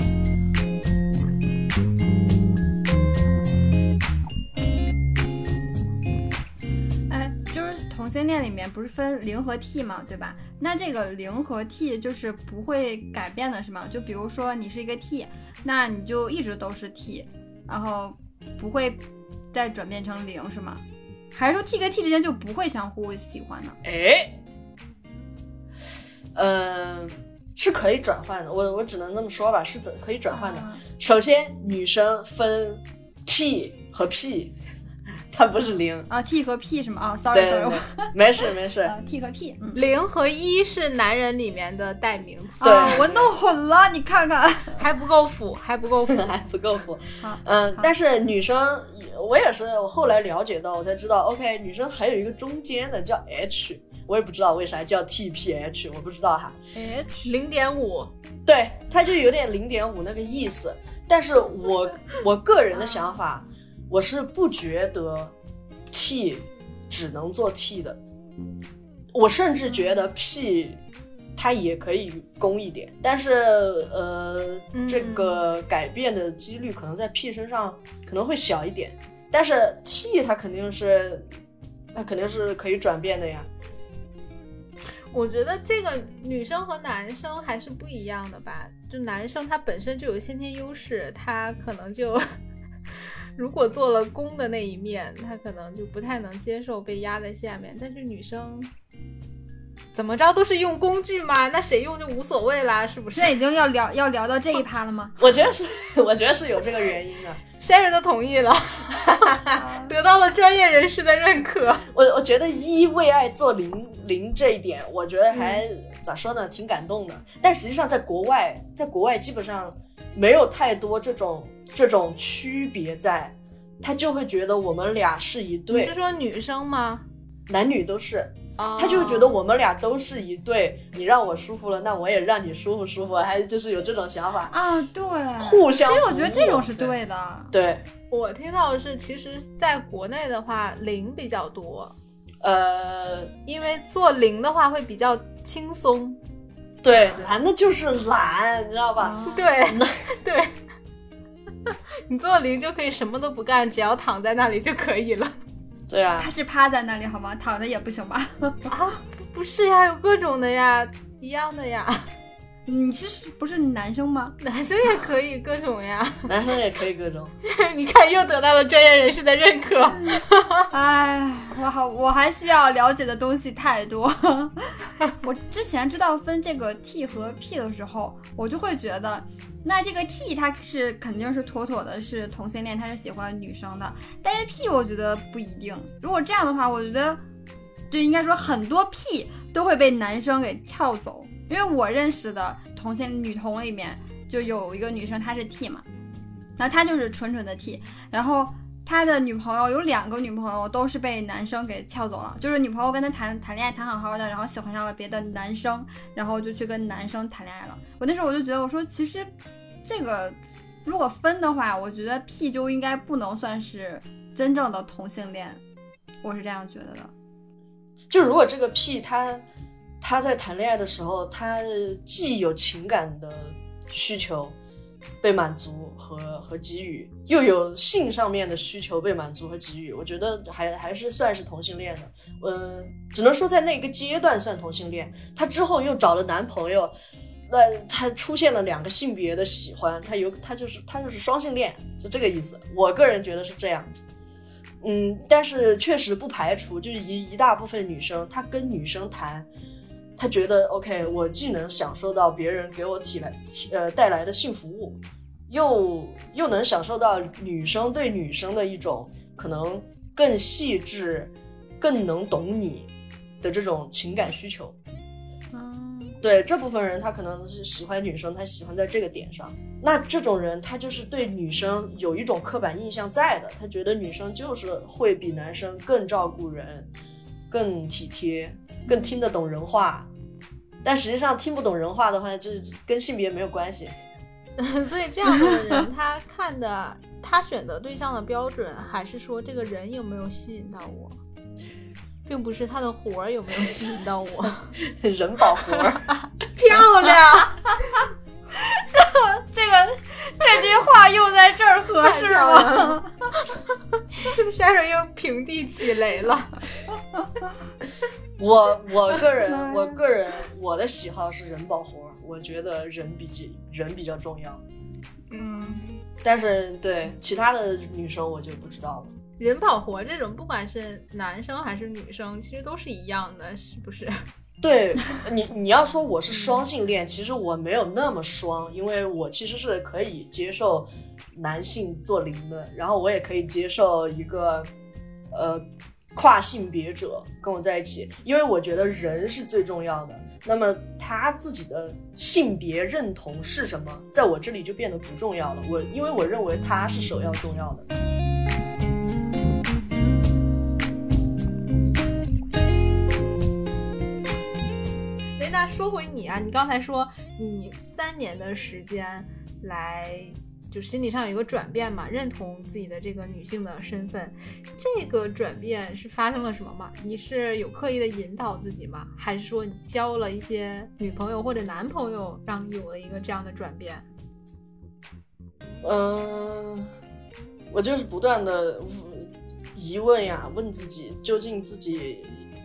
B: 哎，就是同性恋里面不是分零和 T 嘛，对吧？那这个零和 T 就是不会改变的是吗？就比如说你是一个 T， 那你就一直都是 T， 然后不会再转变成零是吗？还是说 T 跟 T 之间就不会相互喜欢呢？
C: 哎，嗯、呃，是可以转换的，我我只能这么说吧，是可以转换的。啊、首先，女生分 T 和 P， 它不是零
B: 啊 ，T 和 P 是吗？啊 ，sorry sorry，
C: 没事没事。
B: 啊 ，T 和 P， 嗯，
A: 零和一是男人里面的代名词。
B: 对、啊，我弄混了，你看看，
A: 还不够腐，还不够腐，
C: 还不够腐。嗯，但是女生，我也是，我后来了解到，我才知道 ，OK， 女生还有一个中间的叫 H， 我也不知道为啥叫 T P H， 我不知道哈。
A: H 零点五，
C: 对，它就有点零点五那个意思。但是我我个人的想法。我是不觉得 T 只能做 T 的，我甚至觉得 P 它也可以攻一点，但是呃、嗯，这个改变的几率可能在 P 身上可能会小一点，但是 T 它肯定是它肯定是可以转变的呀。
A: 我觉得这个女生和男生还是不一样的吧，就男生他本身就有先天优势，他可能就如果做了攻的那一面，他可能就不太能接受被压在下面。但是女生怎么着都是用工具嘛，那谁用就无所谓啦，是不是？
B: 现在已经要聊要聊到这一趴了吗？
C: 我觉得是，我觉得是有这个原因的。
A: Sherry 都同意了，得到了专业人士的认可。
C: 我我觉得一为爱做零零这一点，我觉得还、嗯、咋说呢，挺感动的。但实际上在国外，在国外基本上没有太多这种这种区别在，他就会觉得我们俩是一对。
A: 你是说女生吗？
C: 男女都是。他就会觉得我们俩都是一对，你让我舒服了，那我也让你舒服舒服，还就是有这种想法
B: 啊，对，
C: 互相。
B: 其实我觉得这种是对的。
C: 对，对
A: 我听到的是，其实在国内的话，零比较多，
C: 呃，
A: 因为做零的话会比较轻松。
C: 对，男的就是懒，你知道吧？
A: 啊、对对，你做零就可以什么都不干，只要躺在那里就可以了。
C: 对啊，
B: 他是趴在那里好吗？躺着也不行吧？
A: 啊，不是呀，有各种的呀，一样的呀。
B: 你是不是男生吗？
A: 男生也可以各种呀，
C: 男生也可以各种。
A: 你看，又得到了专业人士的认可。
B: 哎，我好，我还需要了解的东西太多。我之前知道分这个 T 和 P 的时候，我就会觉得，那这个 T 它是肯定是妥妥的是同性恋，他是喜欢女生的，但是 P 我觉得不一定。如果这样的话，我觉得就应该说很多 P 都会被男生给撬走。因为我认识的同性女同里面就有一个女生，她是 T 嘛，然后她就是纯纯的 T， 然后他的女朋友有两个女朋友都是被男生给撬走了，就是女朋友跟他谈谈恋爱谈好好的，然后喜欢上了别的男生，然后就去跟男生谈恋爱了。我那时候我就觉得，我说其实这个如果分的话，我觉得 P 就应该不能算是真正的同性恋，我是这样觉得的。
C: 就如果这个 P 他他在谈恋爱的时候，他既有情感的需求被满足和和给予，又有性上面的需求被满足和给予，我觉得还还是算是同性恋的。嗯，只能说在那个阶段算同性恋。他之后又找了男朋友，那他出现了两个性别的喜欢，他有他就是他就是双性恋，就这个意思。我个人觉得是这样。嗯，但是确实不排除，就是一一大部分女生，她跟女生谈。他觉得 OK， 我既能享受到别人给我体来体呃带来的性服务， 又又能享受到女生对女生的一种可能更细致更能懂你的这种情感需求。对，这部分人他可能是喜欢女生，他喜欢在这个点上。那这种人他就是对女生有一种刻板印象在的，他觉得女生就是会比男生更照顾人，更体贴，更听得懂人话。但实际上听不懂人话的话，就跟性别没有关系。
A: 所以这样的人他看的他选择对象的标准还是说这个人有没有吸引到我，并不是他的活儿有没有吸引到我。
C: 人保活儿
A: 漂亮。
B: 这个这句话用在这儿合适吗？
A: 是不是Sharon又平地起雷了？
C: 我我个人我个人我的喜好是人保活，我觉得人比人比较重要。
B: 嗯，
C: 但是对其他的女生我就不知道了。
A: 人保活这种不管是男生还是女生其实都是一样的，是不是？
C: 对，你你要说我是双性恋，其实我没有那么双，因为我其实是可以接受男性做零的，然后我也可以接受一个呃跨性别者跟我在一起，因为我觉得人是最重要的。那么他自己的性别认同是什么，在我这里就变得不重要了。我因为我认为他是首要重要的。
A: 那说回你啊，你刚才说你三年的时间来就心理上有一个转变嘛，认同自己的这个女性的身份，这个转变是发生了什么吗？你是有刻意的引导自己吗？还是说你交了一些女朋友或者男朋友让你有了一个这样的转变？
C: 嗯，我就是不断的疑问呀，问自己究竟自己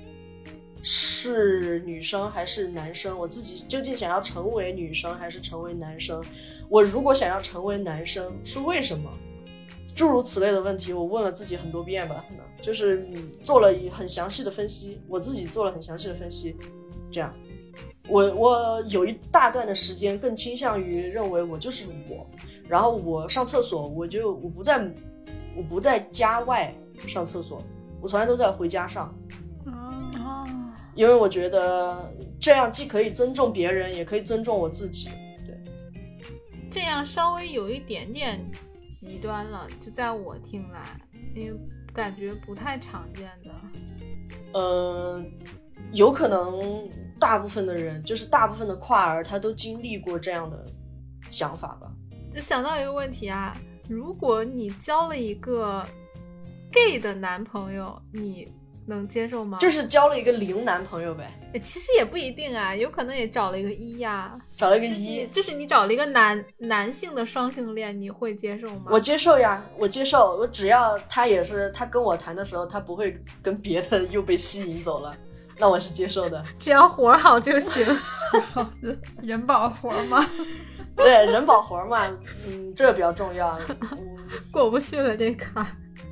C: 是女生还是男生，我自己究竟想要成为女生还是成为男生，我如果想要成为男生是为什么，诸如此类的问题我问了自己很多遍吧，可能就是做了很详细的分析，我自己做了很详细的分析。这样我我有一大段的时间更倾向于认为我就是我，然后我上厕所我就我不在我不在家外上厕所，我从来都在回家上。因为我觉得这样既可以尊重别人也可以尊重我自己。对，
A: 这样稍微有一点点极端了，就在我听来，因为感觉不太常见的。
C: 呃，有可能大部分的人就是大部分的跨儿他都经历过这样的想法吧。
A: 就想到一个问题啊，如果你交了一个 gay 的男朋友，你能接受吗？
C: 就是交了一个零男朋友呗。
A: 其实也不一定啊，有可能也找了一个一呀，
C: 找了一个一，
A: 就是你找了一个男男性的双性恋，你会接受吗？
C: 我接受呀，我接受，我只要他也是他跟我谈的时候，他不会跟别的又被吸引走了，那我是接受的，
A: 只要活好就行。
B: 人保活嘛。
C: 对，人保活嘛，嗯，这个比较重要。嗯、
A: 过不去了这坎。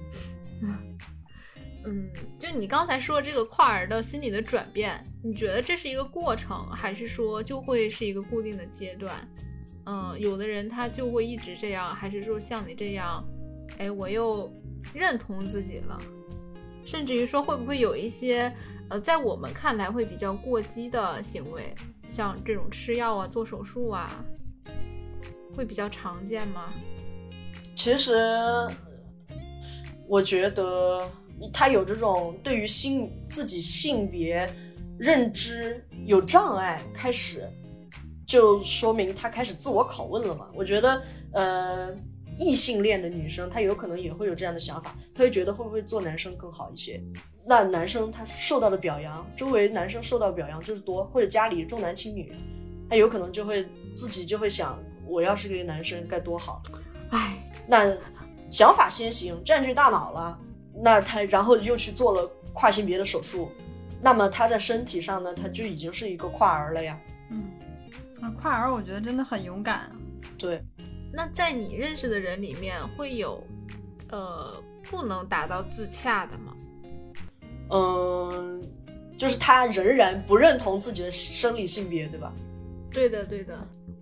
A: 嗯，就你刚才说这个跨儿的心理的转变，你觉得这是一个过程，还是说就会是一个固定的阶段？嗯，有的人他就会一直这样，还是说像你这样，哎，我又认同自己了，甚至于说会不会有一些呃，在我们看来会比较过激的行为，像这种吃药啊、做手术啊，会比较常见吗？
C: 其实我觉得他有这种对于性自己性别认知有障碍，开始就说明他开始自我拷问了嘛。我觉得呃，异性恋的女生她有可能也会有这样的想法，她会觉得会不会做男生更好一些，那男生他受到的表扬，周围男生受到的表扬就是多，或者家里重男轻女，他有可能就会自己就会想，我要是个男生该多好。
A: 哎，
C: 那想法先行，占据大脑了，那他然后又去做了跨性别的手术，那么他在身体上呢，他就已经是一个跨儿了呀。
B: 嗯，啊，跨儿我觉得真的很勇敢。
C: 对，
A: 那在你认识的人里面会有呃不能达到自洽的吗？
C: 嗯，就是他仍然不认同自己的生理性别，对吧？
A: 对的对的。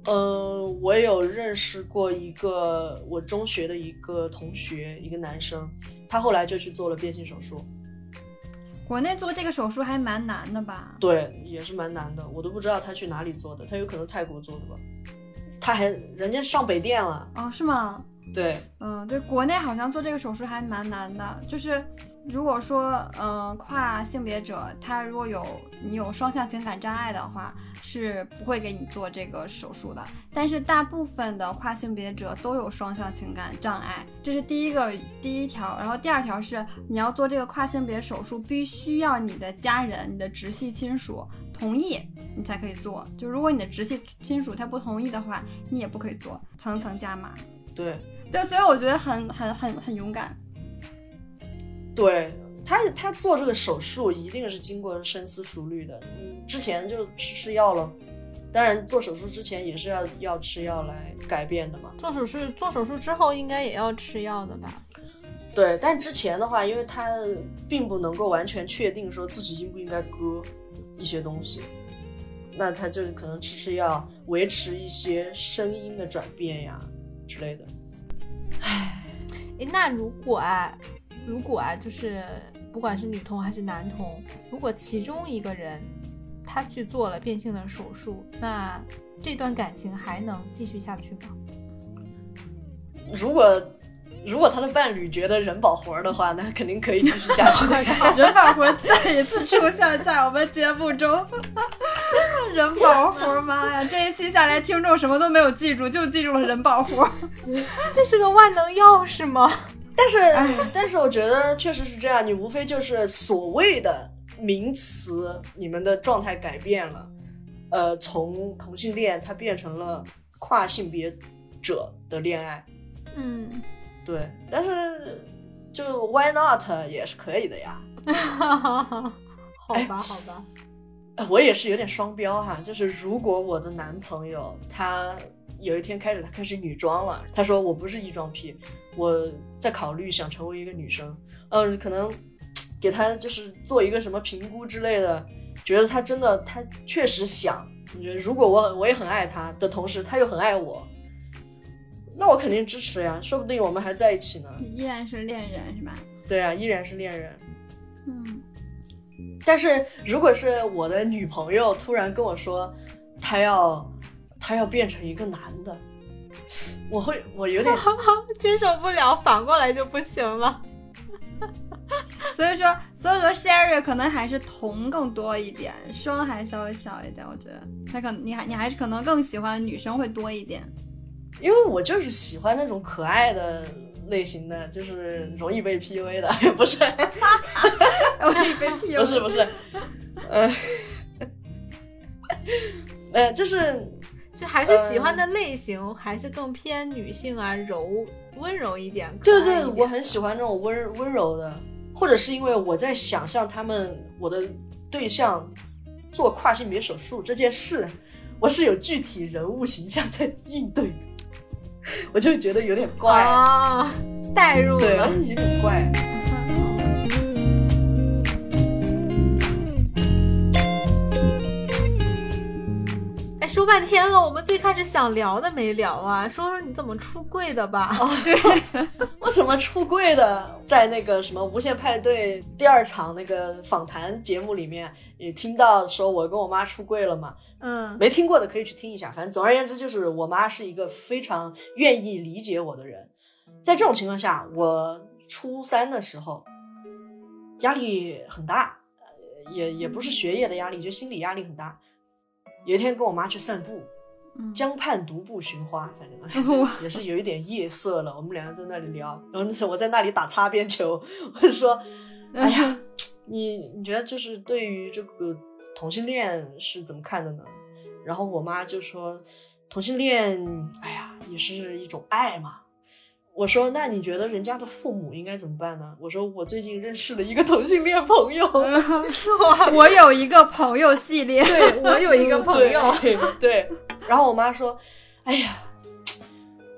C: 呃，我有认识过一个我中学的一个同学，一个男生，他后来就去做了变性手术。
B: 国内做这个手术还蛮难的吧？
C: 对，也是蛮难的，我都不知道他去哪里做的，他有可能泰国做的吧。他还人家上北电了。
B: 哦，是吗？
C: 对，
B: 嗯，对，国内好像做这个手术还蛮难的，就是如果说，嗯、呃，跨性别者他如果有你有双向情感障碍的话，是不会给你做这个手术的。但是大部分的跨性别者都有双向情感障碍，这是第一个第一条。然后第二条是你要做这个跨性别手术，必须要你的家人、你的直系亲属同意，你才可以做。就如果你的直系亲属他不同意的话，你也不可以做，层层加码。
C: 对。
B: 对，所以我觉得很很很很勇敢。
C: 对，他他做这个手术一定是经过深思熟虑的，嗯，之前就吃吃药了，当然做手术之前也是要要吃药来改变的嘛。
A: 做手术做手术之后应该也要吃药的吧？
C: 对，但之前的话，因为他并不能够完全确定说自己应不应该割一些东西，那他就可能吃吃药，维持一些声音的转变呀之类的。
A: 唉，那如果啊，如果啊，就是不管是女同还是男同，如果其中一个人他去做了变性的手术，那这段感情还能继续下去吗？
C: 如果如果他的伴侣觉得人保活的话，那肯定可以继续下去。
B: 人保活再一次出现在我们节目中。人保活，妈呀！这一期下来，听众什么都没有记住，就记住了人保活。
A: 这是个万能钥匙吗？
C: 但是，但是我觉得确实是这样。你无非就是所谓的名词，你们的状态改变了，呃，从同性恋它变成了跨性别者的恋爱。
A: 嗯，
C: 对。但是就 why not 也是可以的呀。
A: 好吧，好吧。
C: 我也是有点双标哈，就是如果我的男朋友他有一天开始他开始女装了，他说我不是异装癖，我在考虑想成为一个女生，嗯，可能给他就是做一个什么评估之类的，觉得他真的他确实想，你觉得如果我我也很爱他的同时他又很爱我，那我肯定支持呀，说不定我们还在一起呢，
B: 依然是恋人是吧？
C: 对啊，依然是恋人。
B: 嗯。
C: 但是如果是我的女朋友突然跟我说她要她要变成一个男的，我会我有点
A: 接受不了，反过来就不行了。
B: 所以说所以说 Sherry 可能还是同更多一点，双还稍微少一点，我觉得他可能你还你还是可能更喜欢女生会多一点，
C: 因为我就是喜欢那种可爱的类型的，就是容易被 P U A 的，不是
B: 容易被 P U A
C: 不是不是呃呃就是
A: 就还是喜欢的类型、呃、还是更偏女性啊，柔温柔一点，
C: 对对，我很喜欢这种温温柔的，或者是因为我在想象他们我的对象做跨性别手术这件事，我是有具体人物形象在应对的，我就觉得有点怪
A: 啊，代入了，
C: 对，有点怪。
A: 哎，说半天了，我们最开始想聊的没聊啊，说说你怎么出柜的吧。
C: 哦，对，我怎么出柜的？在那个什么无限派对第二场那个访谈节目里面，也听到说我跟我妈出柜了嘛。
A: 嗯，
C: 没听过的可以去听一下。反正总而言之，就是我妈是一个非常愿意理解我的人。在这种情况下，我初三的时候压力很大，也也不是学业的压力，就心理压力很大。有一天跟我妈去散步，
B: 嗯、
C: 江畔独步寻花，反正也是有一点夜色了。我们两个在那里聊，然后那时候我在那里打擦边球，我就说：“哎呀，你你觉得就是对于这个同性恋是怎么看的呢？”然后我妈就说：“同性恋，哎呀，也是一种爱嘛。”我说：“那你觉得人家的父母应该怎么办呢？”我说：“我最近认识了一个同性恋朋友，
B: 我有一个朋友系列，
A: 对我有一个朋友，
C: 对，对。然后我妈说：‘哎呀，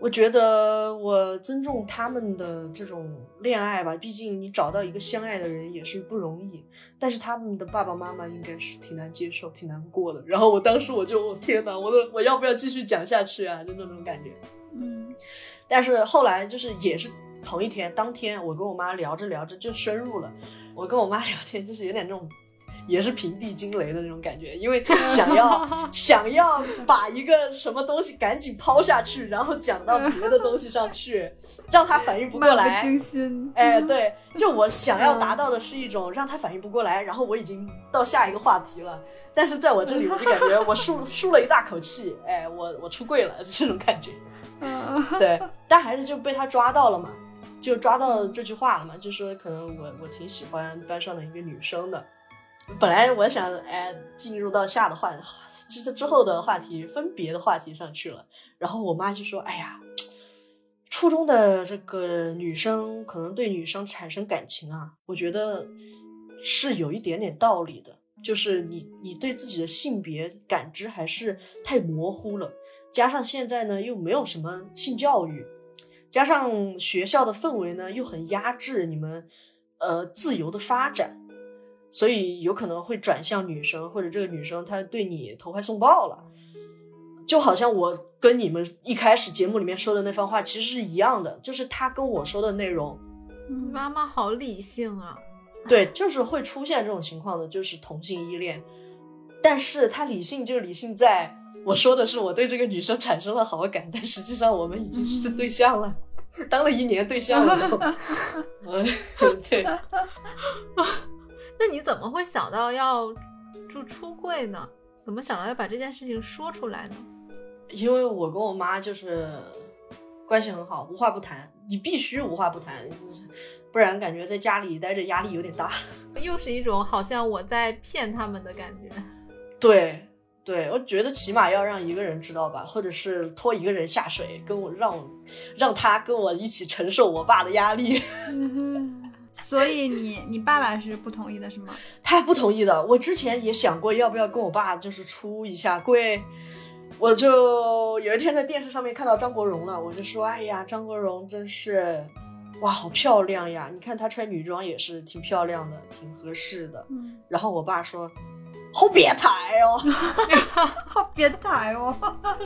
C: 我觉得我尊重他们的这种恋爱吧，毕竟你找到一个相爱的人也是不容易，但是他们的爸爸妈妈应该是挺难接受挺难过的。然后我当时我就我天哪，我的我要不要继续讲下去啊，就那种感觉。
B: 嗯，
C: 但是后来就是也是同一天当天我跟我妈聊着聊着就深入了，我跟我妈聊天就是有点那种也是平地惊雷的那种感觉，因为想要想要把一个什么东西赶紧抛下去，然后讲到别的东西上去，让他反应不过来，
B: 漫不经心。
C: 哎，对，就我想要达到的是一种让他反应不过来，然后我已经到下一个话题了，但是在我这里我就感觉我舒舒了一大口气，哎，我我出柜了，就这种感觉。对，但还是就被他抓到了嘛，就抓到这句话了嘛，就说可能我我挺喜欢班上的一个女生的。本来我想哎进入到下的话之之后的话题分别的话题上去了，然后我妈就说哎呀，初中的这个女生可能对女生产生感情啊，我觉得是有一点点道理的，就是你你对自己的性别感知还是太模糊了，加上现在呢又没有什么性教育，加上学校的氛围呢又很压制你们呃自由的发展，所以有可能会转向女生，或者这个女生她对你投怀送抱了，就好像我跟你们一开始节目里面说的那番话其实是一样的，就是她跟我说的内容。
A: 妈妈好理性啊。
C: 对，就是会出现这种情况的，就是同性依恋，但是她理性就理性在我说的是我对这个女生产生了好感，但实际上我们已经是对象了，当了一年对象了。嗯，对。
A: 那你怎么会想到要就出柜呢？怎么想到要把这件事情说出来呢？
C: 因为我跟我妈就是关系很好，无话不谈，你必须无话不谈，不然感觉在家里待着压力有点大。
A: 又是一种好像我在骗他们的感觉。
C: 对对，我觉得起码要让一个人知道吧，或者是拖一个人下水，跟我让我让他跟我一起承受我爸的压力。
B: 所以你你爸爸是不同意的是吗？
C: 他不同意的，我之前也想过要不要跟我爸就是出一下柜，我就有一天在电视上面看到张国荣了，我就说哎呀，张国荣真是哇好漂亮呀，你看他穿女装也是挺漂亮的，挺合适的。嗯，然后我爸说好变态哦。
B: 好变态哦。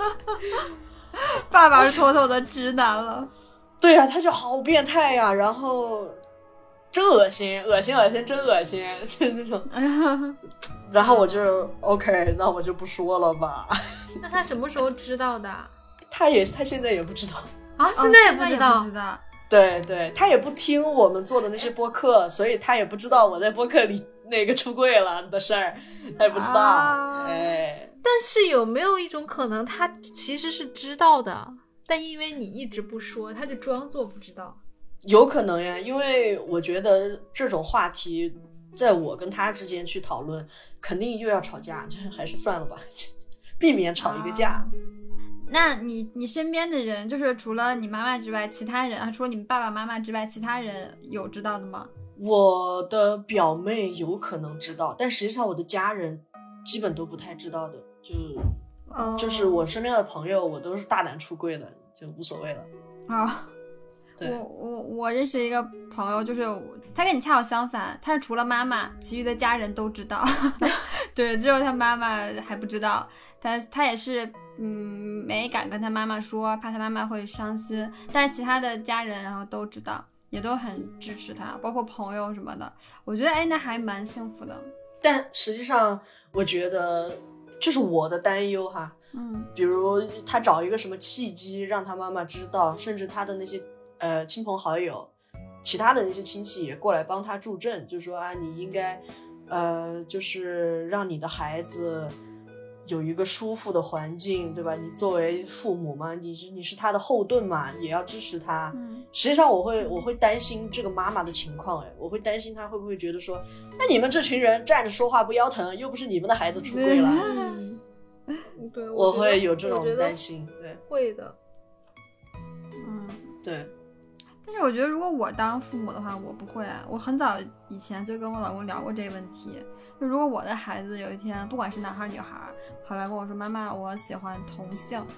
B: 爸爸是妥妥的直男了。
C: 对呀、啊，他就好变态呀，然后真恶心，恶心恶心，真恶心，就是那种。然后我就 OK， 那我就不说了吧。
A: 那他什么时候知道的？
C: 他也，他现在也不知道
A: 啊，现在也不知道。
B: 哦、不知道
C: 对对，他也不听我们做的那些播客，所以他也不知道我在播客里那个出柜了的事儿，他也不知道。啊、哎，
A: 但是有没有一种可能，他其实是知道的，但因为你一直不说，他就装作不知道？
C: 有可能呀，因为我觉得这种话题在我跟他之间去讨论肯定又要吵架，就还是算了吧，避免吵一个架。啊、
B: 那你你身边的人，就是除了你妈妈之外其他人啊，除了你爸爸妈妈之外其他人有知道的吗？
C: 我的表妹有可能知道，但实际上我的家人基本都不太知道的，就、哦、就是我身边的朋友我都是大胆出柜的，就无所谓了。
B: 啊、哦，我我我认识一个朋友，就是他跟你恰好相反，他是除了妈妈其余的家人都知道。对，只有他妈妈还不知道，他他也是嗯没敢跟他妈妈说，怕他妈妈会伤心，但是其他的家人然后都知道，也都很支持他，包括朋友什么的。我觉得哎，那还蛮幸福的。
C: 但实际上我觉得就是我的担忧哈，嗯，比如他找一个什么契机让他妈妈知道，甚至他的那些呃亲朋好友其他的那些亲戚也过来帮他助阵，就说啊你应该呃就是让你的孩子有一个舒服的环境，对吧？你作为父母嘛，你是你是他的后盾嘛，也要支持他。嗯，实际上我会我会担心这个妈妈的情况，哎，我会担心他会不会觉得说，那你们这群人站着说话不腰疼，又不是你们的孩子出柜了。
A: 嗯，对，
C: 我会有这种担心，对，
A: 会的。
B: 嗯，
C: 对。
B: 但是我觉得如果我当父母的话，我不会啊。我很早以前就跟我老公聊过这个问题，就如果我的孩子有一天不管是男孩女孩跑来跟我说妈妈我喜欢同性，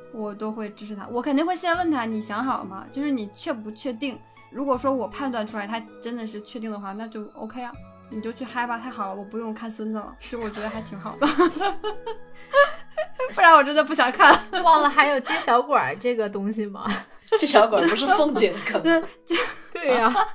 B: 我都会支持他。我肯定会先问他你想好了吗？就是你确不确定？如果说我判断出来他真的是确定的话，那就 OK 啊，你就去嗨吧，太好了，我不用看孙子了，就我觉得还挺好的。不然我真的不想看。
A: 忘了还有接小管这个东西吗？
C: 接小管不是凤姐的梗吗？
A: 对呀、啊。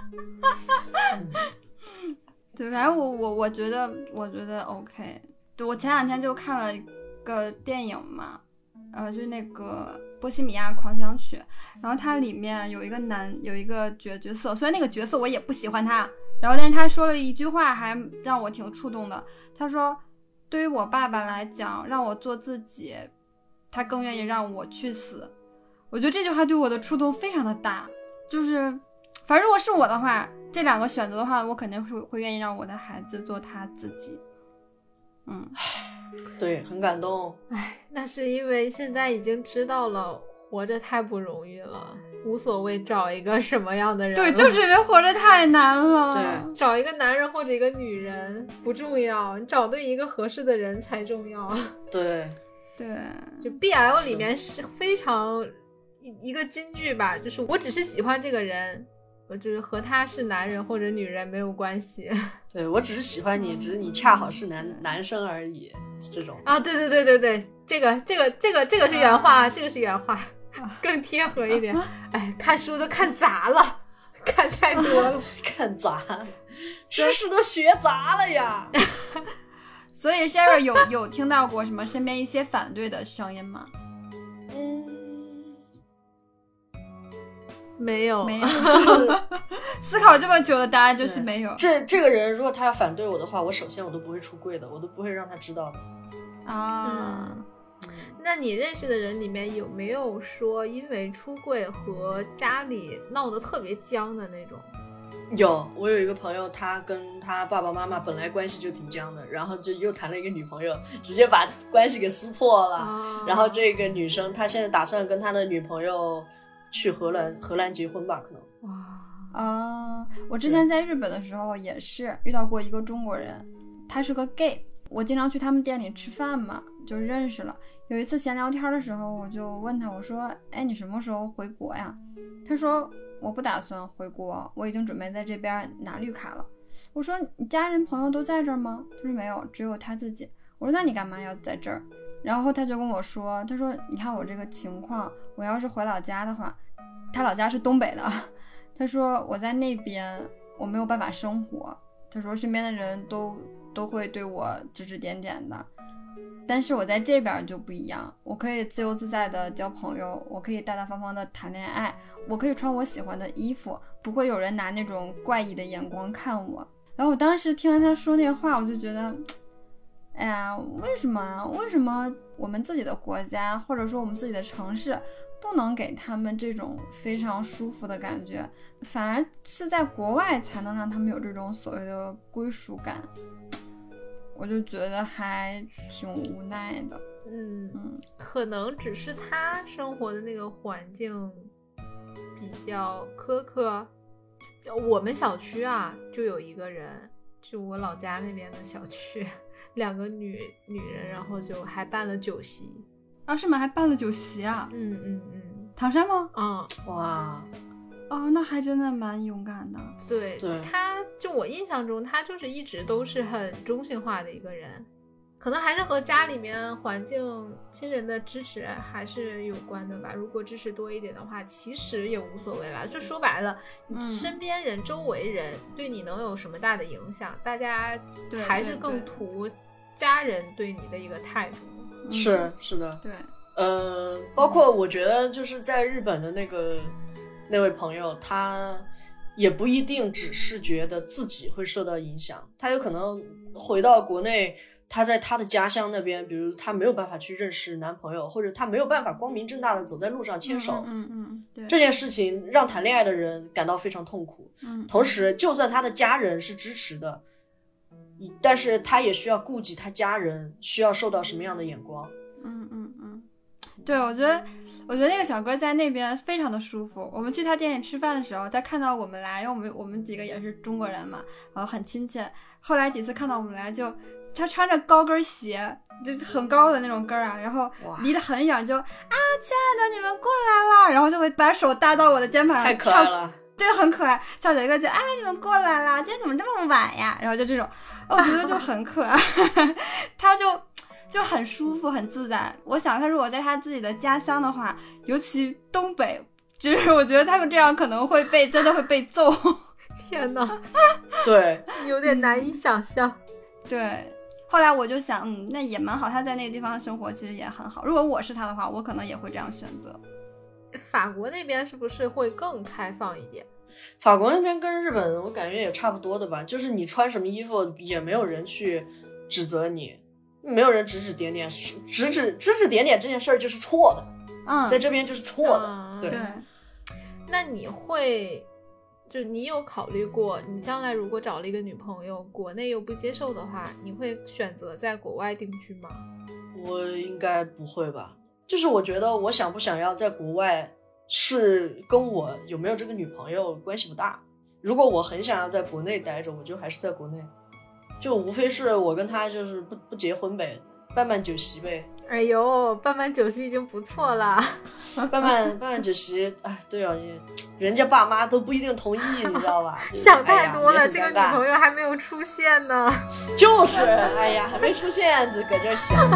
B: 对，反正我我我觉得我觉得 OK。对，我前两天就看了一个电影嘛，呃，就是那个《波西米亚狂想曲》，然后它里面有一个男有一个角角色，虽然那个角色我也不喜欢他，然后但是他说了一句话还让我挺触动的。他说，对于我爸爸来讲，让我做自己，他更愿意让我去死。我觉得这句话对我的触动非常的大，就是反正如果是我的话，这两个选择的话，我肯定会会愿意让我的孩子做他自己。嗯，
C: 对，很感动。
A: 唉，那是因为现在已经知道了活着太不容易了，无所谓找一个什么样的人。
B: 对，就是因为活着太难了。
C: 对，
A: 找一个男人或者一个女人不重要，你找对一个合适的人才重要。
C: 对
B: 对，
A: 就 B L 里面是非常一个金句吧，就是我只是喜欢这个人，我就是和他是男人或者女人没有关系。
C: 对，我只是喜欢你，只是你恰好是男男生而已，这种
A: 啊，对对对对对，这个这个这个这个是原话，啊、这个是原话，更贴合一点。哎，看书都看杂了，看太多了，
C: 看杂，知识都学杂了呀。
B: 所以 Sherry 有有听到过什么身边一些反对的声音吗？
C: 嗯，
A: 没有，
B: 没有。思考这么久的答案就是没有。
C: 这这个人如果他要反对我的话，我首先我都不会出柜的，我都不会让他知道的。
B: 啊、
A: 嗯，那你认识的人里面有没有说因为出柜和家里闹得特别僵的那种？
C: 有，我有一个朋友，他跟他爸爸妈妈本来关系就挺僵的，然后就又谈了一个女朋友，直接把关系给撕破了。
A: 啊、
C: 然后这个女生，她现在打算跟他的女朋友去荷兰荷兰结婚吧，可能。
A: 哇
B: 啊！我之前在日本的时候也是遇到过一个中国人，他是个 gay， 我经常去他们店里吃饭嘛，就认识了。有一次闲聊天的时候，我就问他，我说：“哎，你什么时候回国呀？”他说：“我不打算回国，我已经准备在这边拿绿卡了。”我说：“你家人朋友都在这儿吗？”他说：“没有，只有他自己。”我说：“那你干嘛要在这儿？”然后他就跟我说：“他说你看我这个情况，我要是回老家的话，他老家是东北的。”他说我在那边我没有办法生活，他说身边的人都都会对我指指点点的，但是我在这边就不一样，我可以自由自在的交朋友，我可以大大方方的谈恋爱，我可以穿我喜欢的衣服，不会有人拿那种怪异的眼光看我。然后我当时听完他说那话，我就觉得哎呀，为什么为什么我们自己的国家或者说我们自己的城市不能给他们这种非常舒服的感觉，反而是在国外才能让他们有这种所谓的归属感，我就觉得还挺无奈的。
A: 嗯
B: 嗯，
A: 可能只是他生活的那个环境比较苛刻。我们小区啊，就有一个人，就我老家那边的小区，两个女女人，然后就还办了酒席。
B: 啊，是吗？还办了酒席啊？
A: 嗯嗯嗯，
B: 唐山吗？
A: 嗯，
C: 哇，
B: 哦，那还真的蛮勇敢的。
A: 对，
C: 对，
A: 他就我印象中，他就是一直都是很中性化的一个人，可能还是和家里面环境、亲人的支持还是有关的吧。如果支持多一点的话，其实也无所谓啦。就说白了，
B: 嗯、
A: 身边人、周围人对你能有什么大的影响？大家还是更图家人对你的一个态度。
C: 是是的，
B: 对，
C: 呃，包括我觉得就是在日本的那个那位朋友，他也不一定只是觉得自己会受到影响，他有可能回到国内，他在他的家乡那边，比如他没有办法去认识男朋友，或者他没有办法光明正大的走在路上牵手，
B: 嗯嗯嗯，对，
C: 这件事情让谈恋爱的人感到非常痛苦。
B: 嗯，
C: 同时，就算他的家人是支持的，但是他也需要顾及他家人需要受到什么样的眼光。
B: 嗯嗯嗯，对，我觉得我觉得那个小哥在那边非常的舒服。我们去他店里吃饭的时候，他看到我们来，因为我们我们几个也是中国人嘛，然后很亲切。后来几次看到我们来就他穿着高跟鞋，就很高的那种跟啊，然后离得很远就啊，亲爱的，你们过来了，然后就会把手搭到我的肩膀上，
C: 太可爱了，
B: 对，很可爱，翘起一个就啊，你们过来了，今天怎么这么晚呀？然后就这种，我觉得就很可爱，他就就很舒服，很自在。我想他如果在他自己的家乡的话，尤其东北，就是我觉得他们这样可能会被真的会被揍。
A: 天哪，
C: 对，
A: 有点难以想象。
B: 对，后来我就想，嗯，那也蛮好，他在那个地方生活其实也很好。如果我是他的话，我可能也会这样选择。
A: 法国那边是不是会更开放一点？
C: 法国那边跟日本我感觉也差不多的吧，就是你穿什么衣服也没有人去指责你，没有人指指点点，指指指指点点这件事儿就是错的，
B: 嗯，
C: 在这边就是错的，
A: 嗯、
C: 对。
B: 对，
A: 那你会，就你有考虑过，你将来如果找了一个女朋友，国内又不接受的话，你会选择在国外定居吗？
C: 我应该不会吧，就是我觉得我想不想要在国外是跟我有没有这个女朋友关系不大。如果我很想要在国内待着，我就还是在国内，就无非是我跟他就是不不结婚呗，办办酒席呗。
A: 哎呦，办办酒席已经不错了。
C: 办办办办酒席，哎，对啊，人家爸妈都不一定同意，你知道吧？
A: 想太多了，
C: 哎、
A: 这个女朋友还没有出现呢。
C: 就是，哎呀，还没出现，搁这想。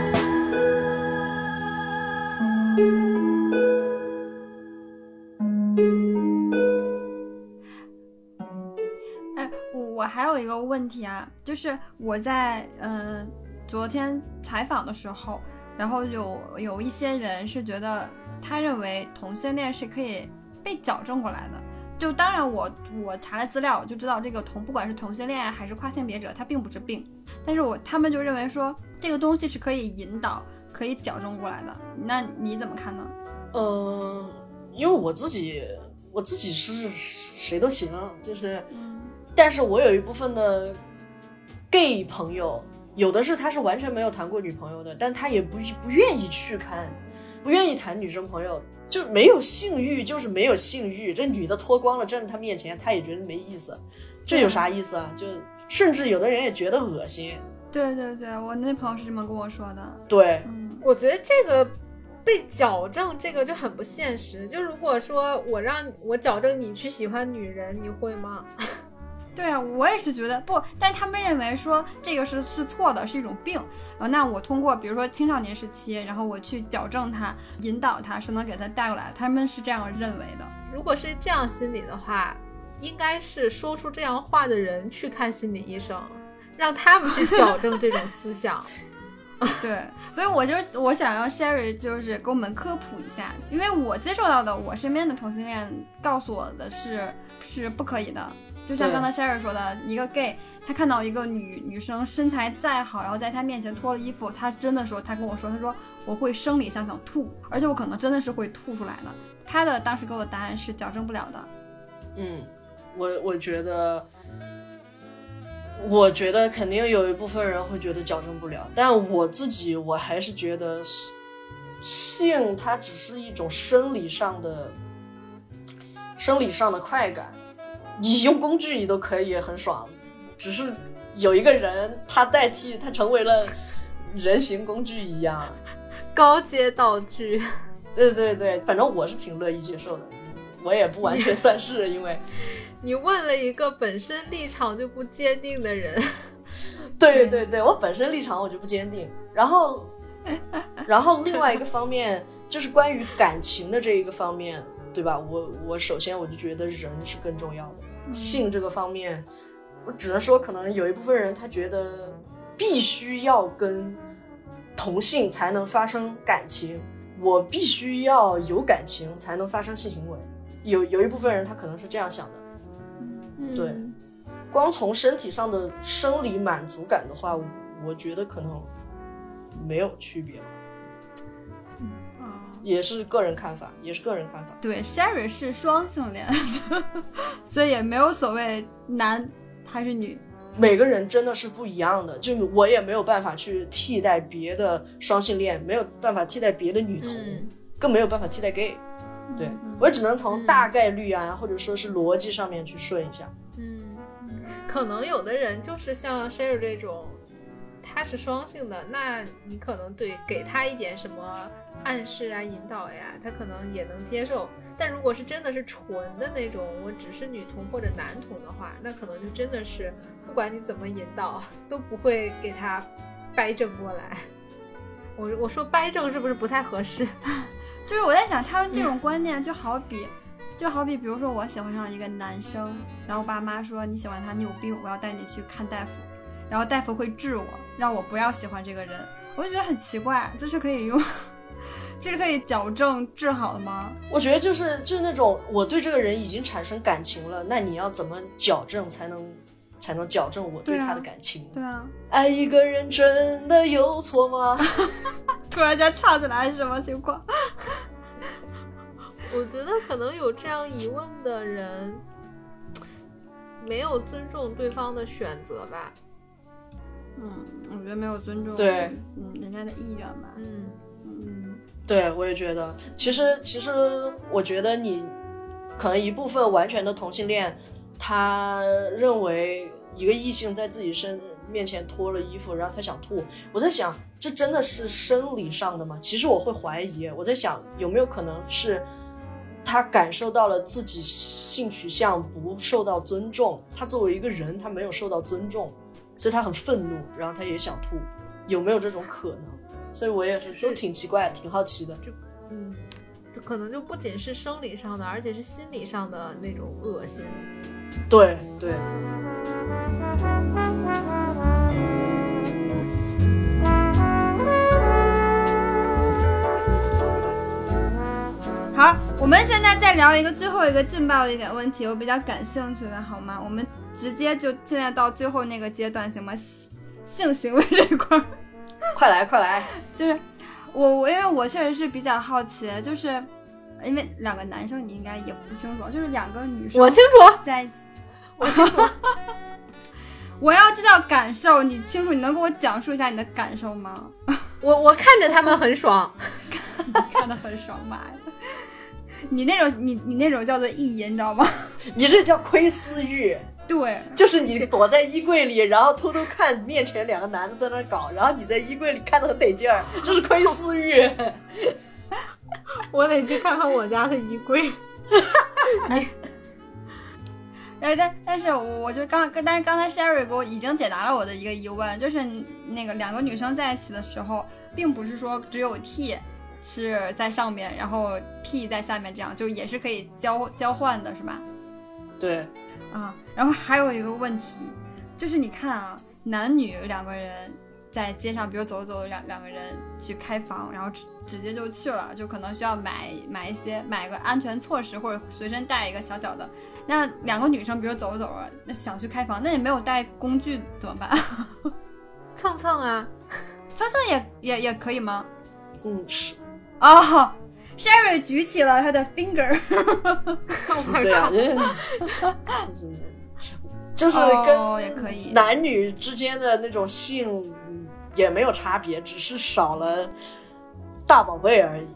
B: 哎，我还有一个问题啊，就是我在嗯、呃、昨天采访的时候，然后有有一些人是觉得他认为同性恋是可以被矫正过来的。就当然我我查了资料，我就知道这个同不管是同性恋还是跨性别者，它并不是病，但是我他们就认为说这个东西是可以引导可以矫正过来的。那你怎么看呢？
C: 呃，因为我自己我自己是谁都行，就是、嗯、但是我有一部分的 gay 朋友，有的是他是完全没有谈过女朋友的，但他也不不愿意去看，不愿意谈女生朋友，就没有性欲，就是没有性欲。这女的脱光了站在他面前，他也觉得没意思，这有啥意思啊？就甚至有的人也觉得恶心。
B: 对对对，我那朋友是这么跟我说的。
C: 对，
B: 嗯，
A: 我觉得这个被矫正这个就很不现实。就如果说我让我矫正你去喜欢女人，你会吗？
B: 对啊，我也是觉得不，但他们认为说这个是是错的，是一种病。呃，那我通过比如说青少年时期，然后我去矫正他，引导他，是能给他带过来，他们是这样认为的。
A: 如果是这样心理的话，应该是说出这样话的人去看心理医生，让他们去矫正这种思想。
B: 对，所以我就我想要 Sherry 就是给我们科普一下，因为我接受到的我身边的同性恋告诉我的是是不可以的。就像刚才 Sherry 说的，一个 gay 他看到一个女女生身材再好，然后在他面前脱了衣服，他真的说，他跟我说，他说我会生理上想吐，而且我可能真的是会吐出来的。他的当时给我的答案是矫正不了的。
C: 嗯，我我觉得我觉得肯定有一部分人会觉得矫正不了，但我自己我还是觉得性它只是一种生理上的生理上的快感，你用工具你都可以很爽，只是有一个人他代替，他成为了人形工具一样，
A: 高阶道具。
C: 对对对，反正我是挺乐意接受的，我也不完全算是，因为
A: 你问了一个本身立场就不坚定的人。
C: 对对对，我本身立场我就不坚定，然后然后另外一个方面就是关于感情的这一个方面，对吧，我我首先我就觉得人是更重要的，嗯、性这个方面我只能说可能有一部分人他觉得必须要跟同性才能发生感情，我必须要有感情才能发生性行为，有有一部分人他可能是这样想的。
B: 嗯、
C: 对，光从身体上的生理满足感的话，我觉得可能没有区别，
B: 嗯、
C: 也是个人看法，也是个人看法。
B: 对 Sherry 是双性恋，所以也没有所谓男还是女，
C: 每个人真的是不一样的，就我也没有办法去替代别的双性恋，没有办法替代别的女同、嗯、更没有办法替代 gay。对、嗯、我只能从大概率啊、嗯、或者说是逻辑上面去顺一下。
A: 嗯，可能有的人就是像 Sherry 这种他是双性的，那你可能对给他一点什么暗示啊引导呀，他可能也能接受。但如果是真的是纯的那种我只是女同或者男同的话，那可能就真的是不管你怎么引导都不会给他掰正过来。我我说掰正是不是不太合适？
B: 就是我在想他们这种观念就好比、嗯、就好比比如说我喜欢上了一个男生，然后爸妈说你喜欢他你有病，我要带你去看大夫，然后大夫会治我，让我不要喜欢这个人，我就觉得很奇怪，这是可以用这是可以矫正治好的吗？
C: 我觉得就是就是那种我对这个人已经产生感情了，那你要怎么矫正才能才能矫正我对他的感情？
B: 对啊，
C: 爱一个人真的有错吗？
B: 突然间唱起来是什么情况？
A: 我觉得可能有这样疑问的人没有尊重对方的选择吧。
B: 嗯，我觉得没有尊重
C: 对
B: 嗯人家的意愿吧。
A: 嗯
B: 嗯，
C: 对，我也觉得，其实其实我觉得你可能一部分完全的同性恋，他认为一个异性在自己身面前脱了衣服，然后他想吐。我在想，这真的是生理上的吗？其实我会怀疑，我在想有没有可能是他感受到了自己性取向不受到尊重，他作为一个人他没有受到尊重，所以他很愤怒，然后他也想吐，有没有这种可能？所以我也是都挺奇怪挺好奇的。
A: 就嗯，就可能就不仅是生理上的，而且是心理上的那种恶心。
C: 对对。
B: 好，我们现在再聊一个最后一个劲爆的一点问题，我比较感兴趣的，好吗？我们直接就现在到最后那个阶段，行吗？性行为这一块，
C: 快来快来！
B: 就是我我因为我确实是比较好奇，就是因为两个男生你应该也不清楚，就是两个女生
A: 我清楚
B: 在一起，我清楚。我要知道感受，你清楚？你能给我讲述一下你的感受吗？
A: 我我看着他们很爽，
B: 看得很爽吧？你那种你你那种叫做意淫，你知道吗？
C: 你这叫窥私欲。
B: 对，
C: 就是你躲在衣柜里，然后偷偷看面前两个男的在那搞，然后你在衣柜里看得很得劲儿，这是窥私欲。
A: 我得去看看我家的衣柜。
B: 哎，但但是我我就刚但是刚才 Sherry 给我已经解答了我的一个疑问，就是那个两个女生在一起的时候，并不是说只有 T 是在上面，然后 P 在下面，这样就也是可以交交换的，是吧？
C: 对。
B: 啊，然后还有一个问题，就是你看啊，男女两个人在街上，比如走走两两个人去开房，然后直直接就去了，就可能需要买买一些买个安全措施，或者随身带一个小小的。那两个女生，比如走着走着，那想去开房，那也没有带工具怎么办？
A: 蹭蹭啊，
B: 蹭蹭也也也可以吗？
C: 嗯，是。
B: 哦。Sherry 举起了他的 finger。
C: 对啊，就是跟男女之间的那种性也没有差别，只是少了大宝贝而已。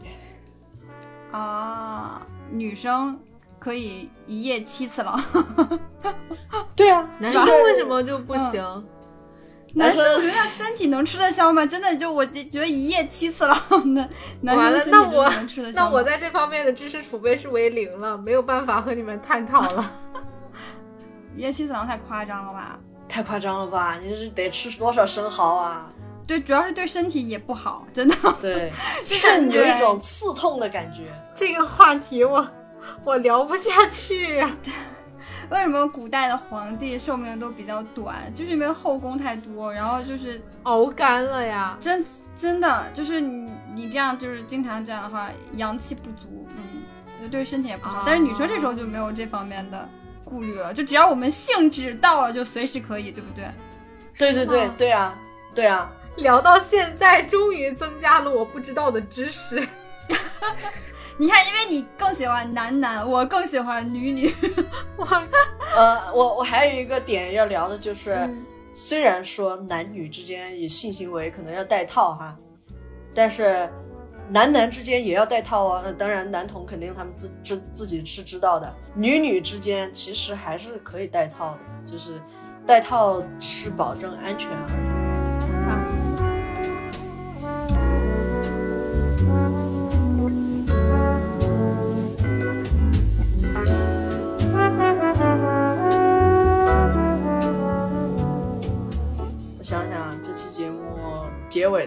B: 啊，女生可以一夜七次郎。
C: 对啊，
A: 男生为什么就不行？嗯，
B: 男生我觉得身体能吃得消吗？真的就我觉得一夜七次郎的男生身体能吃得消吗？
A: 那我在这方面的知识储备是为零了，没有办法和你们探讨了。
B: 一夜七次郎太夸张了吧？
C: 太夸张了吧？你是得吃多少生蚝啊？
B: 对，主要是对身体也不好，真的。
C: 对，肾有一种刺痛的感觉。
A: 这个话题我我聊不下去啊。
B: 为什么古代的皇帝寿命都比较短？就是因为后宫太多，然后就是
A: 熬干了呀。
B: 真真的就是你你这样就是经常这样的话，阳气不足，嗯，对身体也不好。哦，但是女生这时候就没有这方面的顾虑了，就只要我们兴致到了，就随时可以，对不对？
C: 对对对对啊，对啊。
A: 聊到现在，终于增加了我不知道的知识。
B: 你看，因为你更喜欢男男，我更喜欢女女。
C: 呃，我我还有一个点要聊的就是，
B: 嗯，
C: 虽然说男女之间也性行为可能要戴套哈，但是男男之间也要戴套啊。那当然，男同肯定他们自自自己是知道的。女女之间其实还是可以戴套的，就是戴套是保证安全而已。
B: 啊，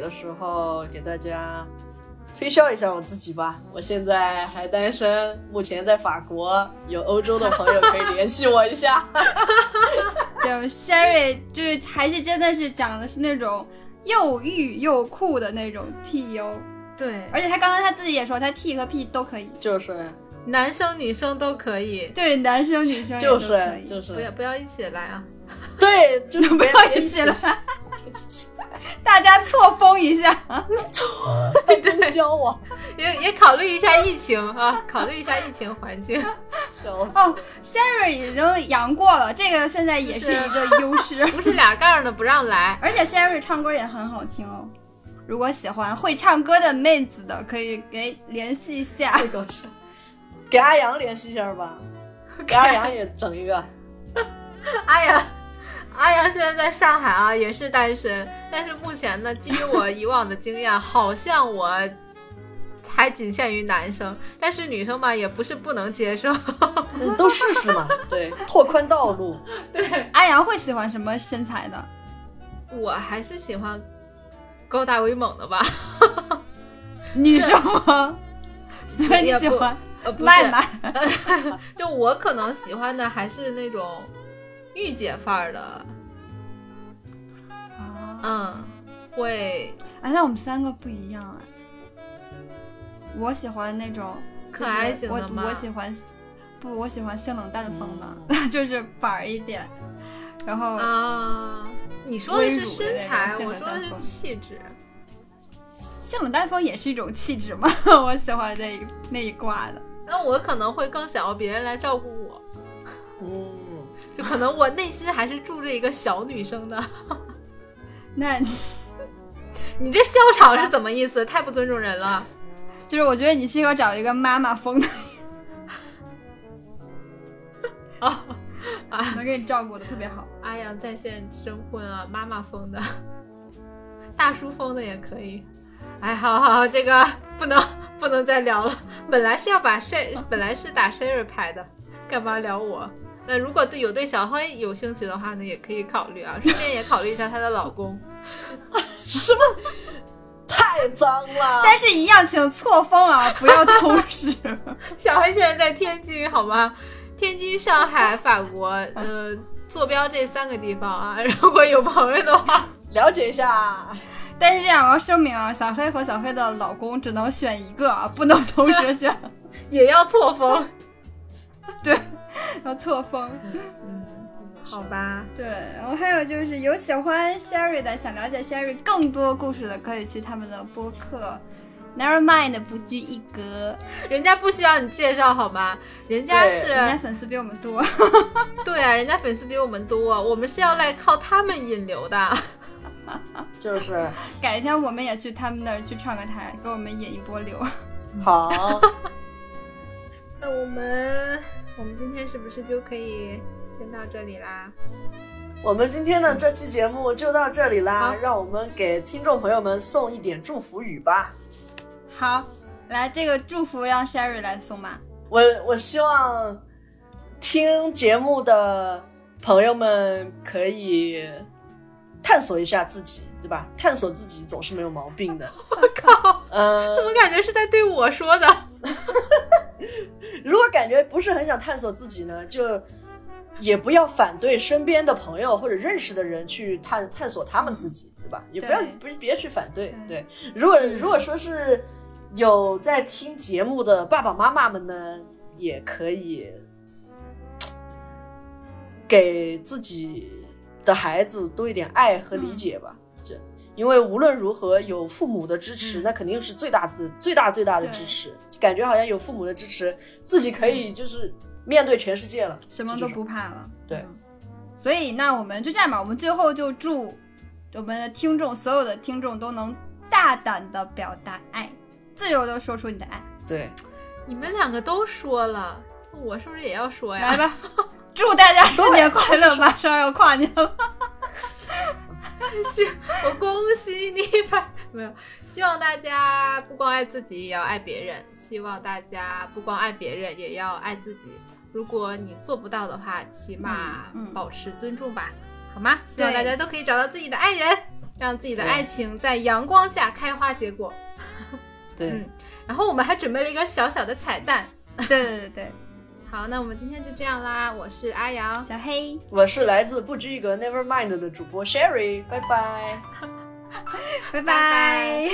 C: 的时候给大家推销一下我自己吧。我现在还单身，目前在法国，有欧洲的朋友可以联系我一下。
B: 就 Sherry 就是还是真的是讲的是那种又御又酷的那种 T U。
A: 对，
B: 而且他刚刚他自己也说他 T 和 P 都可以，
C: 就是
A: 男生女生都可以，
B: 对，男生女生也
C: 就
B: 都可以，
C: 是就是
A: 不要不要一起来啊。
C: 对，就是
B: 不要一起来，大家错峰一下，
C: 对，交往
A: 也也考虑一下疫情啊，考虑一下疫情环境。
C: 笑死
B: 哦 Sherry 已经阳过了，这个现在也是一个优势。
A: 不是俩杠的不让来，
B: 而且 Sherry 唱歌也很好听哦，如果喜欢会唱歌的妹子的可以给联系一下。
C: 太搞笑，给阿阳联系一下吧，给阿阳也整一个。
A: 阿阳，阿阳现在在上海啊，也是单身，但是目前呢，基于我以往的经验，好像我还仅限于男生，但是女生嘛，也不是不能接受，
C: 都试试嘛，对，拓宽道路。
A: 对，
B: 阿阳会喜欢什么身材的？
A: 我还是喜欢高大威猛的吧。
B: 女生吗？所以你喜欢
A: 呃
B: 麦麦？
A: 就我可能喜欢的还是那种御姐范儿的。
B: 啊，
A: 嗯，会。
B: 哎，那我们三个不一样啊。我喜欢那种
A: 可爱型的吗？
B: 我我喜欢，不，我喜欢性冷淡风的，嗯、就是板儿一点，然后
A: 啊。你说的是身材，我说的是气质。
B: 性冷淡风也是一种气质嘛，我喜欢那一那一挂的。
A: 那我可能会更想要别人来照顾我，
C: 嗯，
A: 就可能我内心还是住着一个小女生的。
B: 那
A: 你这笑场是怎么意思？太不尊重人了。
B: 就是我觉得你适合找一个妈妈风的，
A: 啊啊，
B: 能给你照顾的特别好。
A: 阿阳在线征婚啊，妈妈风的，大叔风的也可以。哎，好好好，这个不能不能再聊了。本来是要把 Sherry， 本来是打 Sherry 牌的，干嘛聊我？那如果对有对小黑有兴趣的话呢，也可以考虑啊，顺便也考虑一下她的老公。
C: 什么？太脏了！
B: 但是一样，请错峰啊，不要同时。
A: 小黑现在在天津，好吗？天津、上海、法国，呃，坐标这三个地方啊。如果有朋友的话，
C: 了解一下。
B: 但是这样我要声明啊，小黑和小黑的老公只能选一个啊，不能同时选，
A: 也要错峰。
B: 对，要错峰。
A: 嗯，好吧。
B: 对，然后还有就是有喜欢 Sherry 的，想了解 Sherry 更多故事的，可以去他们的播客 Never Mind 不拘一格。
A: 人家不需要你介绍好吗？人家是
B: 人家粉丝比我们多。
A: 对啊，人家粉丝比我们多，我们是要来靠他们引流的。
C: 就是
B: 改天我们也去他们那儿去创个台，给我们引一波流。
C: 好。
A: 那我们我们今天是不是就可以先到这里啦？
C: 我们今天的这期节目就到这里啦，让我们给听众朋友们送一点祝福语吧。
B: 好，来，这个祝福让 Sherry 来送嘛。
C: 我我希望听节目的朋友们可以探索一下自己，对吧？探索自己总是没有毛病的。
A: 我靠，
C: 呃，
A: 怎么感觉是在对我说的？
C: 如果感觉不是很想探索自己呢，就也不要反对身边的朋友或者认识的人去探探索他们自己，对吧？也不要不别去反对。对，如果如果说是有在听节目的爸爸妈妈们呢，也可以给自己的孩子多一点爱和理解吧。这、嗯、因为无论如何有父母的支持、嗯、那肯定是最大的最大最大的支持，感觉好像有父母的支持自己可以就是面对全世界了，
B: 什么都不怕了。
C: 对、
B: 嗯、所以那我们就这样吧，我们最后就祝我们的听众所有的听众都能大胆的表达爱，自由的说出你的爱。
C: 对，
A: 你们两个都说了，我是不是也要说呀？
B: 来吧，祝大家新年快乐，马上要跨年了。
A: 我恭喜你吧，没有，希望大家不光爱自己也要爱别人，希望大家不光爱别人也要爱自己，如果你做不到的话，起码保持尊重吧、嗯嗯、好吗？希望大家都可以找到自己的爱人。 让自己的爱情在阳光下开花结果。
C: 对、
A: 嗯，然后我们还准备了一个小小的彩蛋。
B: 对对对对，
A: 好，那我们今天就这样啦。我是阿阳，
B: 小黑，
C: 我是来自不拘一格 Nevermind 的主播 Sherry， 拜拜，
B: 拜拜。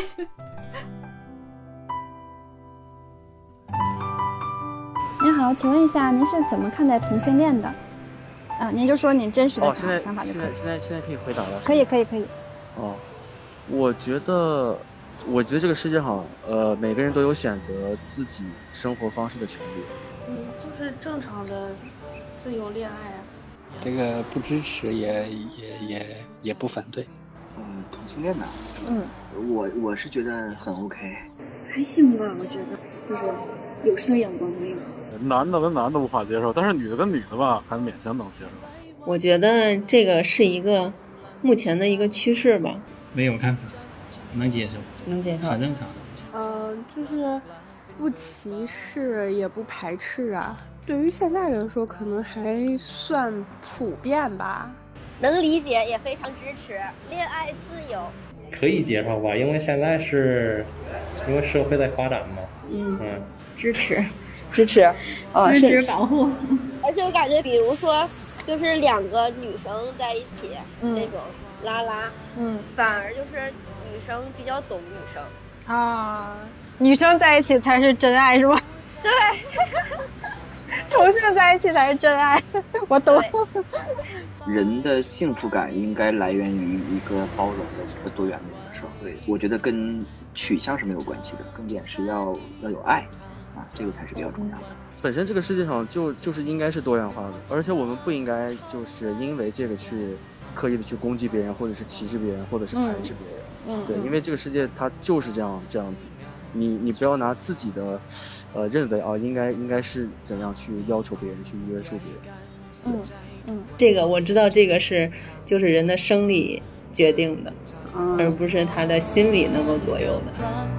B: 您好，请问一下，您是怎么看待同性恋的？啊，您就说您真实的想法就可以。
D: 哦、现在现在现在可以回答了。
B: 可以可以可以。
D: 哦，我觉得，我觉得这个世界上，呃，每个人都有选择自己生活方式的权利。
E: 嗯，就是正常的自由恋爱啊。
F: 这个不支持也也也也不反对。
G: 嗯，同性恋的，
B: 嗯，
G: 我我是觉得很 OK，
H: 还行吧，我觉得就是有色眼光没有。
I: 男的跟男的无法接受，但是女的跟女的吧，还勉强能接受。
J: 我觉得这个是一个目前的一个趋势吧。
F: 没有看法，能接受，
J: 能接受，
F: 很正常。
K: 呃，就是不歧视也不排斥啊。对于现在来说，可能还算普遍吧。
L: 能理解，也非常支持，恋爱自由。
M: 可以接受吧，因为现在是因为社会在发展嘛。
L: 嗯
M: 嗯，
L: 支持，
H: 支持，
L: 哦，
H: 支持保护。
L: 而且我感觉，比如说，就是两个女生在一起、
B: 嗯、
L: 那种拉拉，
B: 嗯，
L: 反而就是女生比较懂女生
B: 啊，女生在一起才是真爱是吧？
L: 对，
B: 同性在一起才是真爱，我懂。
G: 人的幸福感应该来源于一个包容的、一个多元的社会。我觉得跟取向是没有关系的，更点是要要有爱啊，这个才是比较重要的。
D: 本身这个世界上就就是应该是多元化的，而且我们不应该就是因为这个去刻意的去攻击别人，或者是歧视别人，或者是排斥别人。
B: 嗯，
D: 对，因为这个世界它就是这样这样子，你你不要拿自己的呃认为啊应该应该是怎样去要求别人，去约束别人。
B: 嗯嗯，
J: 这个我知道，这个是就是人的生理决定的，
H: 嗯、
J: 而不是他的心理能够左右的。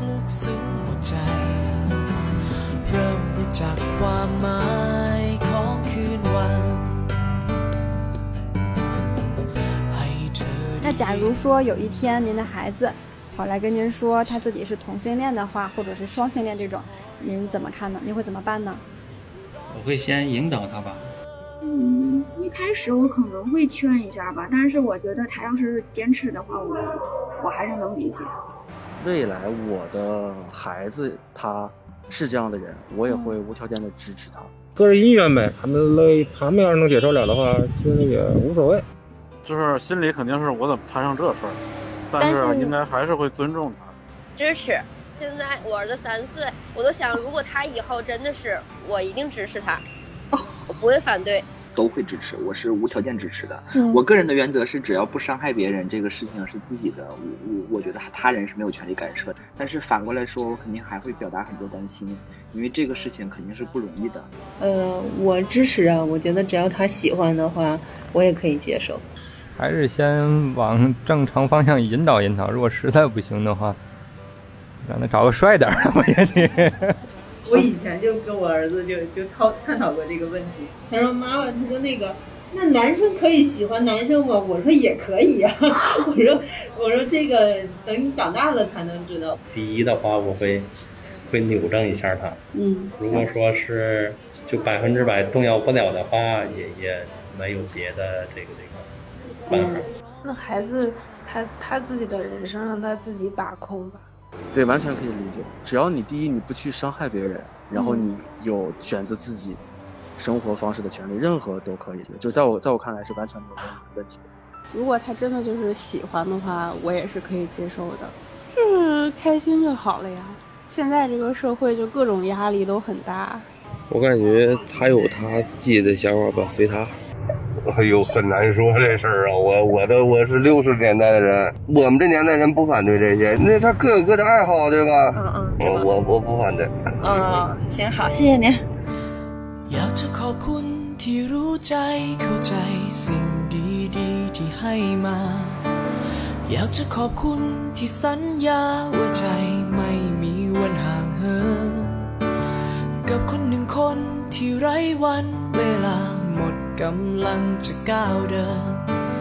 B: 那假如说有一天您的孩子跑来跟您说他自己是同性恋的话，或者是双性恋这种，您怎么看呢？您会怎么办呢？
F: 我会先引导他吧。
H: 嗯，一开始我可能会劝一下吧，但是我觉得他要是坚持的话，我我还是能理解。
D: 未来我的孩子他是这样的人，我也会无条件的支持他。
M: 个人意愿呗，他们乐意，他们要是能接受了的话，其实也无所谓。
I: 就是心里肯定是我怎么摊上这事儿，但是应该还是会尊重他。
L: 支持。现在我儿子三岁，我都想，如果他以后真的是，我一定支持他。我不会反对，
G: 都会支持，我是无条件支持的。
B: 嗯、
G: 我个人的原则是，只要不伤害别人，这个事情是自己的，我我我觉得他人是没有权利干涉的。但是反过来说，我肯定还会表达很多担心，因为这个事情肯定是不容易的。
J: 呃，我支持啊，我觉得只要他喜欢的话，我也可以接受。
N: 还是先往正常方向引导引导，如果实在不行的话，让他找个帅点的，我也得。
J: 我以前就跟我儿子就就讨探讨过这个问题，他说妈妈，他说那个那男生可以喜欢男生吗？我说也可以啊，我说我说这个等你长大了才能知道。
M: 第一的话，我会会扭正一下他，
H: 嗯，
M: 如果说是就百分之百动摇不了的话，也也没有别的这个这个办法。
E: 嗯、那孩子他他自己的人生让他自己把控吧。
D: 对，完全可以理解。只要你第一，你不去伤害别人，然后你有选择自己生活方式的权利，任何都可以。就在我在我看来是完全没有任何问题的。
K: 如果他真的就是喜欢的话，我也是可以接受的，就是开心就好了呀。现在这个社会就各种压力都很大。
O: 我感觉他有他自己的想法吧，随他。
P: 哎呦，很难说这事儿啊！我我的我是六十年代的人，我们这年代人不反对这些，那他各有各的爱好，对吧？
J: 嗯嗯，
P: 我我不反对。
J: 嗯，行好，谢谢您。
Q: อยากจะขอบคุณที่รู้ใจเข้าใจสิ่งดีๆที่ให้มาอยากจะขอบคุณที่สัญญาว่าใจไม่มีวันห่างเหินกับคนหนึ่งคนที่ไร้วันเวลาหมดกำลังจะก้าวเดิน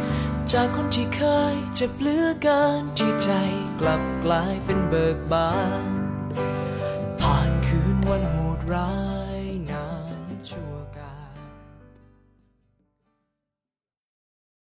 Q: จากคนที่เคยเจ็บเหลือเกินที่ใจกลับกลายเป็นเบิกบาน